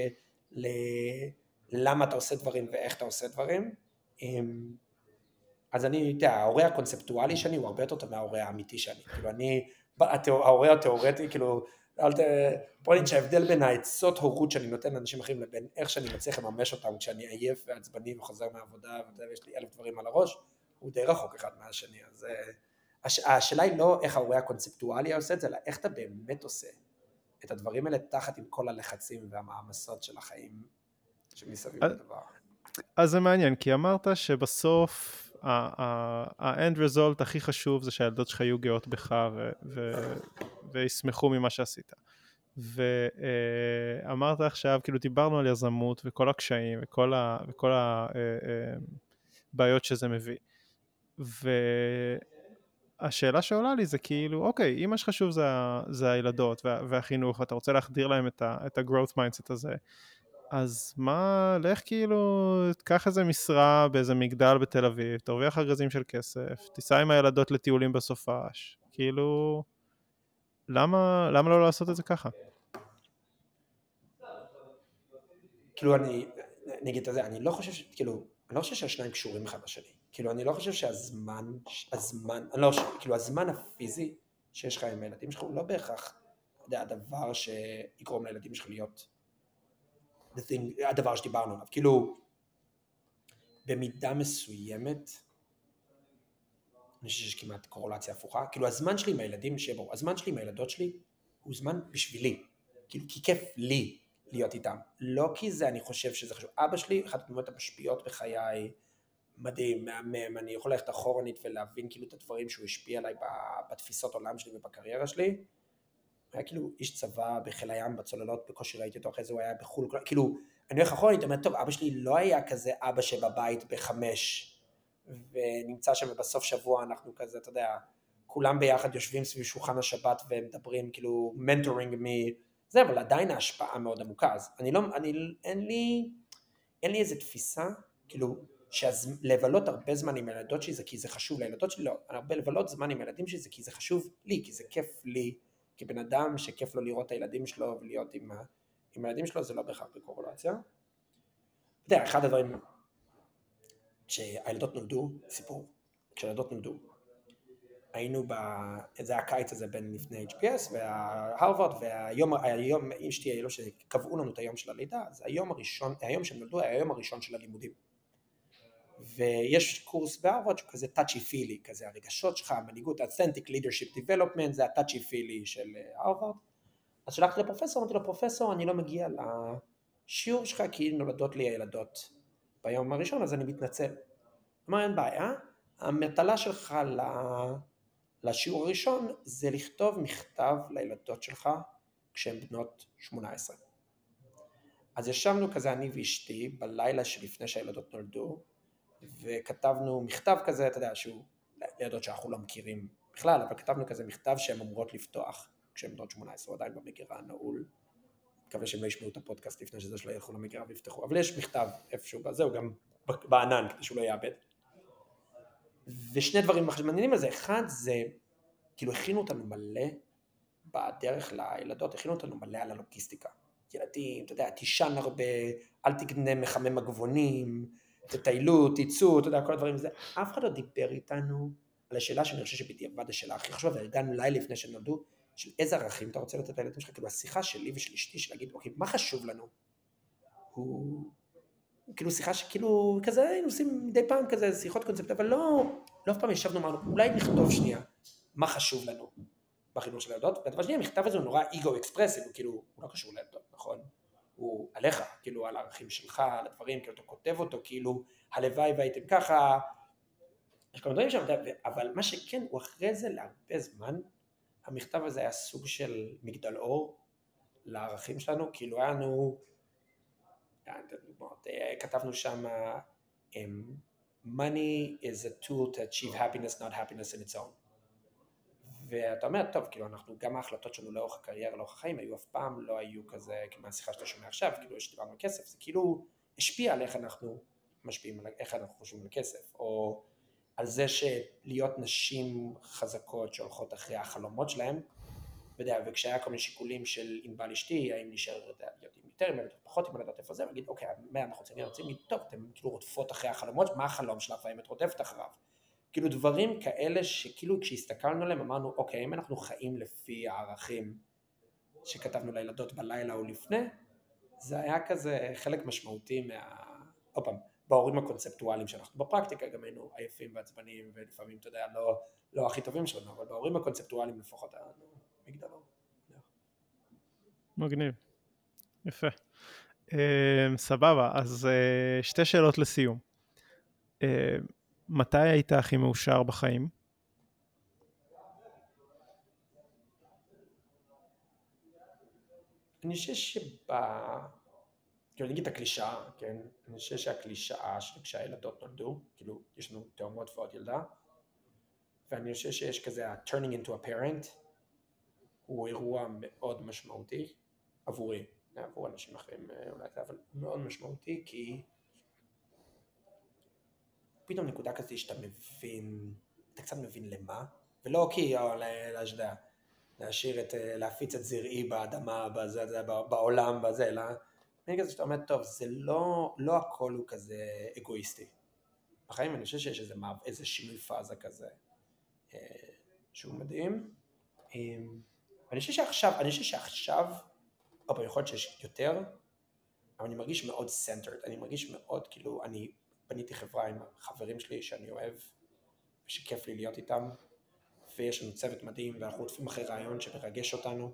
למה אתה עושה דברים ואיך אתה עושה דברים. אז אני יודע, ההורה הקונספטואלי שאני הוא הרבה יותר טוב מההורה האמיתי שאני, כאילו ההורה התיאורטי, כאילו, בוא נגיד שההבדל בין העצות הורות שאני נותן לאנשים אחרים לבין איך שאני מצליח לממש אותם כשאני עייף ועצבני וחוזר מהעבודה ויש לי 1000 דברים על הראש, הוא די רחוק אחד מהשני. אז השאלה היא לא איך ההורה הקונספטואלי עושה את זה, אלא איך אתה באמת עושה את הדברים האלה תחת עם כל הלחצים והמעמסות של החיים שמסביב לדבר. אז זה מעניין, כי אמרת שבסוף ה-end result הכי חשוב זה שהילדות שלך יהיו גאות בך וישמחו ממה שעשית. ואמרת עכשיו, כאילו דיברנו על יזמות וכל הקשיים וכל הבעיות שזה מביא. והשאלה שעולה לי זה כאילו, אוקיי, אם מה שחשוב זה הילדות והחינוך, ואתה רוצה להחדיר להם את ה-growth mindset הזה, אז מה, לך כאילו, תקח איזה משרה באיזה מגדל בתל אביב, תרוויח ארגזים של כסף, תיסע עם הילדות לטיולים בסופש, כאילו, למה לא לעשות את זה ככה? כאילו אני אגיד את זה, אני לא חושב כאילו, אני לא חושב שהשניים קשורים אחד בשני, כאילו אני לא חושב שהזמן, כאילו הזמן הפיזי שיש לך עם הילדים שלך הוא לא בהכרח הדבר שיגרום לילדים שלך להיות הדבר שדיברנו עליו, כאילו במידה מסוימת אני חושב שיש כמעט קורולציה הפוכה, כאילו הזמן שלי עם הילדים, הזמן שלי עם הילדות שלי הוא זמן בשבילי, כאילו כי כיף לי להיות איתם, לא כי זה אני חושב שזה חשוב. אבא שלי, אחת הדמויות המשפיעות בחיי, מדהים, מהמם, אני יכול ללכת אחורנית ולהבין כאילו את הדברים שהוא השפיע עליי בתפיסות עולם שלי ובקריירה שלי. היה כאילו איש צבא בחיל הים בצוללות, בקושי ראיתי אותו, אחרי זה הוא היה בחול, כאילו אני הולך אחורנית, אני אומר, טוב, אבא שלי לא היה כזה אבא שבבית ב5 ונמצא שם ובסוף שבוע אנחנו כזה, אתה יודע, כולם ביחד יושבים סביב שולחן השבת ומדברים כאילו מנטורינג זה, אבל עדיין ההשפעה מאוד עמוקה. אז אין לי איזה תפיסה, כאילו, לבלות הרבה זמן עם הילדות שלי זה כי זה חשוב לילדות שלי, לא, הרבה לבלות זמן עם הילדים שלי זה כי זה חשוב לי, כי זה כיף לי, כבן אדם שכיף לו לראות את הילדים שלו ולהיות עם הילדים שלו, זה לא בהכרח בקורלציה. אתה יודע, אחד הדברים שהילדות נולדו, סיפור, כשהילדות נולדו, היינו זה הקיץ הזה בין לפני HPS וההרווארד, והיום אם שתהיה אלו שקבעו לנו את היום של הלידה, אז היום שהם נולדו היה היום הראשון של הלימודים. ויש קורס בהרווארד שהוא כזה touchy feely, כזה הרגשות שלך, המנהיגות, authentic leadership development, זה ה-touchy feely של ההרווארד. אז שלחתי לפרופסור, אמרתי לו, פרופסור, אני לא מגיע לשיעור שלך כי נולדות לי הילדות ביום הראשון, אז אני מתנצל. אמר, אין בעיה, המטלה שלך לשיעור הראשון זה לכתוב מכתב לילדות שלך כשהן בנות 18. אז ישבנו כזה אני ואשתי בלילה שלפני שהילדות נולדו, וכתבנו מכתב כזה, אתה יודע, שהוא לילדות שאנחנו לא מכירים בכלל, אבל כתבנו כזה מכתב שהן אמורות לפתוח כשהן בנות 18, עדיין במגירה הנעול. מקווה שהם לא ישמעו את הפודקאסט לפני שזה שלא ילכו למגירה ויפתחו, אבל יש מכתב איפשהו בזה, הוא גם בענן כדי שהוא לא יאבד. ושני דברים מעניינים על זה, אחד זה, כאילו הכינו אותנו מלא בדרך לילדות, הכינו אותנו מלא על הלוגיסטיקה. ילדים, אתה יודע, תישן הרבה, אל תקנה מחמם מגבונים, תטיילו, תיצאו, אתה יודע, כל הדברים הזה. אף אחד לא דיבר איתנו על השאלה שאני חושב שבדיעבד השאלה הכי חשובה, והגענו לילה לפני שנולדו, של איזה ערכים אתה רוצה לתת לילדים שלך, כאילו השיחה שלי ושל אשתי, של להגיד, אוקיי, מה חשוב לנו? הוא כאילו שיחה שכאילו, כזה היינו עושים מדי פעם כזה שיחות קונספט, אבל לא אף פעם ישבנו, אמרנו, אולי נכתוב שנייה, מה חשוב לנו בחינוך של הילדות, והדבר שנייה, המכתב הזה הוא נורא אגו אקספרסיב, הוא כאילו, הוא לא קשור לילדות, נכון? הוא עליך, כאילו על הערכים שלך, על הדברים, כאילו אתה כותב אותו, כאילו, הלוואי והייתם ככה, יש כל דברים שם, אבל מה שכן, הוא אחרי זה להרבה זמן, המכתב הזה היה סוג של מגדל אור לערכים שלנו, כאילו היה לנו, כתבנו שם, money is a tool to achieve happiness, not happiness in its own. ואתה אומר, טוב, כאילו אנחנו, גם ההחלטות שלנו לאורך הקריירה, לאורך החיים, היו אף פעם לא היו כזה, כמו השיחה שאתה שומע עכשיו, כאילו יש דיברנו על כסף, זה כאילו השפיע על איך אנחנו משפיעים, איך אנחנו חושבים על כסף, או על זה שלהיות נשים חזקות שהולכות אחרי החלומות שלהם, וכשהיה כל מיני שיקולים של ענבל אשתי, האם נשאר להיות עם יותר, עם ילדות פחות, עם ילדות איפה זה, להגיד, אוקיי, מה אנחנו רוצים להגיד, טוב, אתם כאילו רודפות אחרי החלומות, מה החלום שלך, והאם את רודפת אחריו? כאילו דברים כאלה שכאילו כשהסתכלנו עליהם אמרנו, אוקיי, אם אנחנו חיים לפי הערכים שכתבנו לילדות בלילה או לפני, זה היה כזה חלק משמעותי עוד פעם, בהורים הקונספטואליים שאנחנו בפרקטיקה גם היינו עייפים ועצבניים, ולפעמים, אתה יודע, לא הכי טובים שלנו, אבל בהורים הקונספטואליים לפחות היה לנו מגדלור. מגניב, יפה. סבבה, אז שתי שאלות לסיום. מתי היית הכי מאושר בחיים? אני חושב כאילו אני אגיד את הקלישאה, כן? אני חושב שהקלישאה שכשהילדות נולדו, כאילו יש לנו תאומות ועוד ילדה, ואני חושב שיש כזה ה-turning into a parent, הוא אירוע מאוד משמעותי עבורי, עבור אנשים אחרים אולי, אבל מאוד משמעותי, כי פתאום נקודה כזאת שאתה מבין, אתה קצת מבין למה, ולא כי, להפיץ את זרעי באדמה, בעולם, בזה, אלא אני כזה שאתה אומר, טוב, זה לא הכל הוא כזה אגואיסטי. בחיים אני חושב שיש איזה שינוי פאזה כזה, שהוא מדהים. אני חושב שעכשיו, יכול להיות שיש יותר, אבל אני מרגיש מאוד centered, אני מרגיש מאוד כאילו, אני בניתי חברה עם חברים שלי שאני אוהב, ושכיף לי להיות איתם, ויש לנו צוות מדהים, ואנחנו עוטפים אחרי רעיון שמרגש אותנו,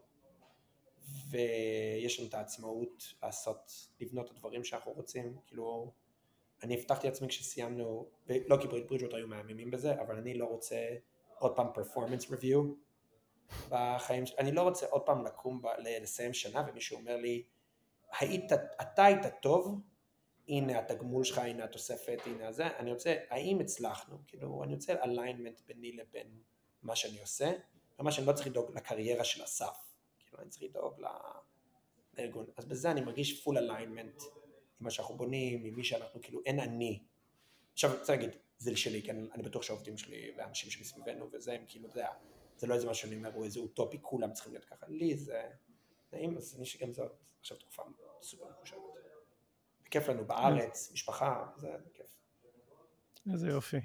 ויש לנו את העצמאות לבנות את הדברים שאנחנו רוצים, כאילו, אני הבטחתי לעצמי כשסיימנו, ולא כי ברידג'וואטר היו מהממים בזה, אבל אני לא רוצה עוד פעם performance review בחיים שלי, אני לא רוצה עוד פעם לסיים שנה, ומישהו אומר לי, אתה היית טוב, הנה התגמול שלך, הנה התוספת, הנה זה, אני רוצה, האם הצלחנו, כאילו, אני רוצה alignment ביני לבין מה שאני עושה, ומה שאני לא צריך לדאוג לקריירה של אסף, כאילו, אני צריך לדאוג לארגון, אז בזה אני מרגיש full alignment עם מה שאנחנו בונים, עם מי שאנחנו, כאילו, אין אני, עכשיו, אני רוצה להגיד, זה שלי, כן, אני בטוח שהעובדים שלי והאנשים שמסביבנו וזה, הם כאילו, זה לא איזה משהו שאני אומר, הוא איזה אוטופי, כולם צריכים להיות ככה, לי זה נעים, אז אני שגם זאת עכשיו תקופה סופר מחושבת. כיף לנו בארץ, משפחה, זה כיף. איזה יופי.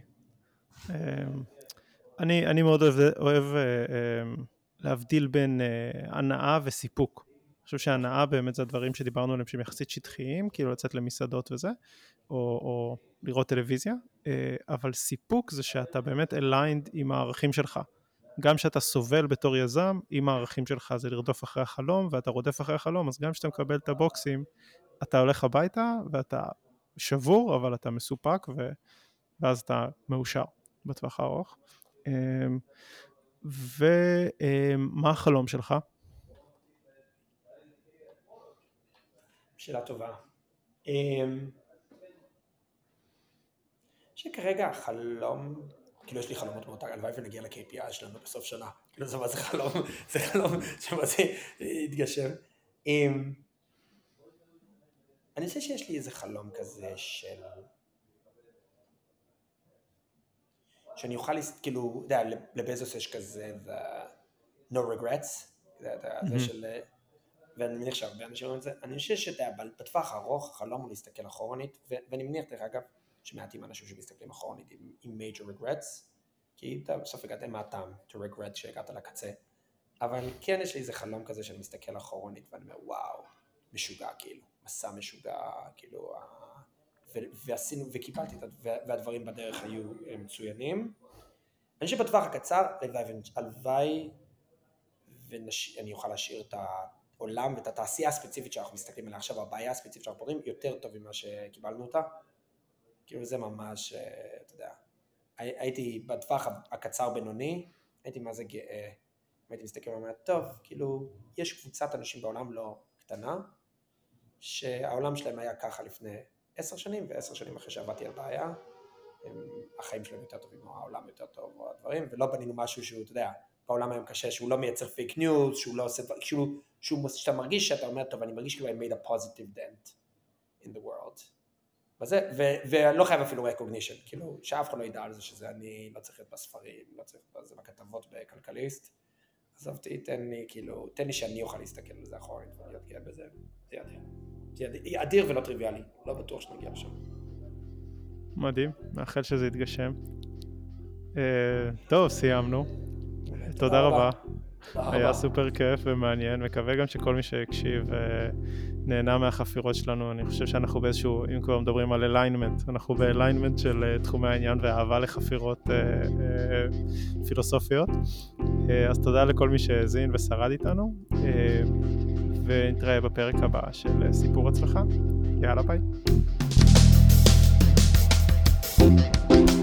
אני מאוד אוהב להבדיל בין הנאה וסיפוק. אני חושב שהנאה באמת זה הדברים שדיברנו עליהם שהם יחסית שטחיים, כאילו לצאת למסעדות וזה, או לראות טלוויזיה, אבל סיפוק זה שאתה באמת aligned עם הערכים שלך. גם שאתה סובל בתור יזם, עם הערכים שלך זה לרדוף אחרי החלום, ואתה רודף אחרי החלום, אז גם שאתה מקבל את הבוקסים, אתה הולך הביתה, ואתה שבור, אבל אתה מסופק, ואז אתה מאושר בטווח הארוך. ומה החלום שלך? שאלה טובה. שכרגע החלום, כאילו יש לי חלומות מאוד, הלוואי ונגיע ל-KPI שלנו בסוף שנה, כאילו זה מה זה חלום, זה חלום שמה זה יתגשם. אני חושב שיש לי איזה חלום כזה שאני אוכל, כאילו, אתה יודע, לבזוס יש כזה, no regrets, זה של, ואני מניח שהרבה אנשים אומרים את זה, אני חושב שאתה בטווח הארוך, החלום הוא להסתכל אחורנית, ואני מניח דרך אגב, שמעטים אנשים שמסתכלים אחורנית עם major regrets, כי אתה בסוף הגעת מה הטעם to regret שהגעת לקצה, אבל כן יש לי איזה חלום כזה שאני מסתכל אחורנית, ואני אומר וואו, משוגע כאילו, מסע משוגע, כאילו, ועשינו, וקיבלתי את והדברים בדרך היו מצוינים. אני חושב בטווח הקצר, הלוואי, ואני אוכל להשאיר את העולם ואת התעשייה הספציפית שאנחנו מסתכלים עליה עכשיו, הבעיה הספציפית שאנחנו פותרים, יותר טוב ממה שקיבלנו אותה. כאילו זה ממש, אתה יודע, הייתי בטווח הקצר בינוני, הייתי מה זה גאה, הייתי מסתכל ואומר, טוב, כאילו, יש קבוצת אנשים בעולם לא קטנה, שהעולם שלהם היה ככה לפני 10 שנים, ו10 שנים אחרי שעבדתי על בעיה, החיים שלהם יותר טובים, או העולם יותר טוב, או הדברים, ולא בנינו משהו שהוא, אתה יודע, בעולם היום קשה, שהוא לא מייצר פייק ניוז, שהוא לא עושה דברים, שאתה מרגיש שאתה אומר, טוב, אני מרגיש כאילו I made a positive dent in the world. ולא חייב אפילו recognition, כאילו, שאף אחד לא ידע על זה שזה אני לא צריך להיות בספרים, לא צריך בזה בכתבות בכלכליסט, עזבתי, תן לי שאני אוכל להסתכל על זה אחורית, ולהיות גאה בזה, זה אדיר ולא טריוויאלי, לא בטוח שנגיע לשם. מדהים, מאחל שזה יתגשם. טוב, סיימנו. תודה רבה. היה סופר כיף ומעניין, מקווה גם שכל מי שהקשיב נהנה מהחפירות שלנו. אני חושב שאנחנו באיזשהו, אם כבר מדברים על alignment, אנחנו ב-alignment של תחומי העניין ואהבה לחפירות פילוסופיות. אז תודה לכל מי שהזין ושרד איתנו, ונתראה בפרק הבא של סיפור הצלחה. יאללה ביי.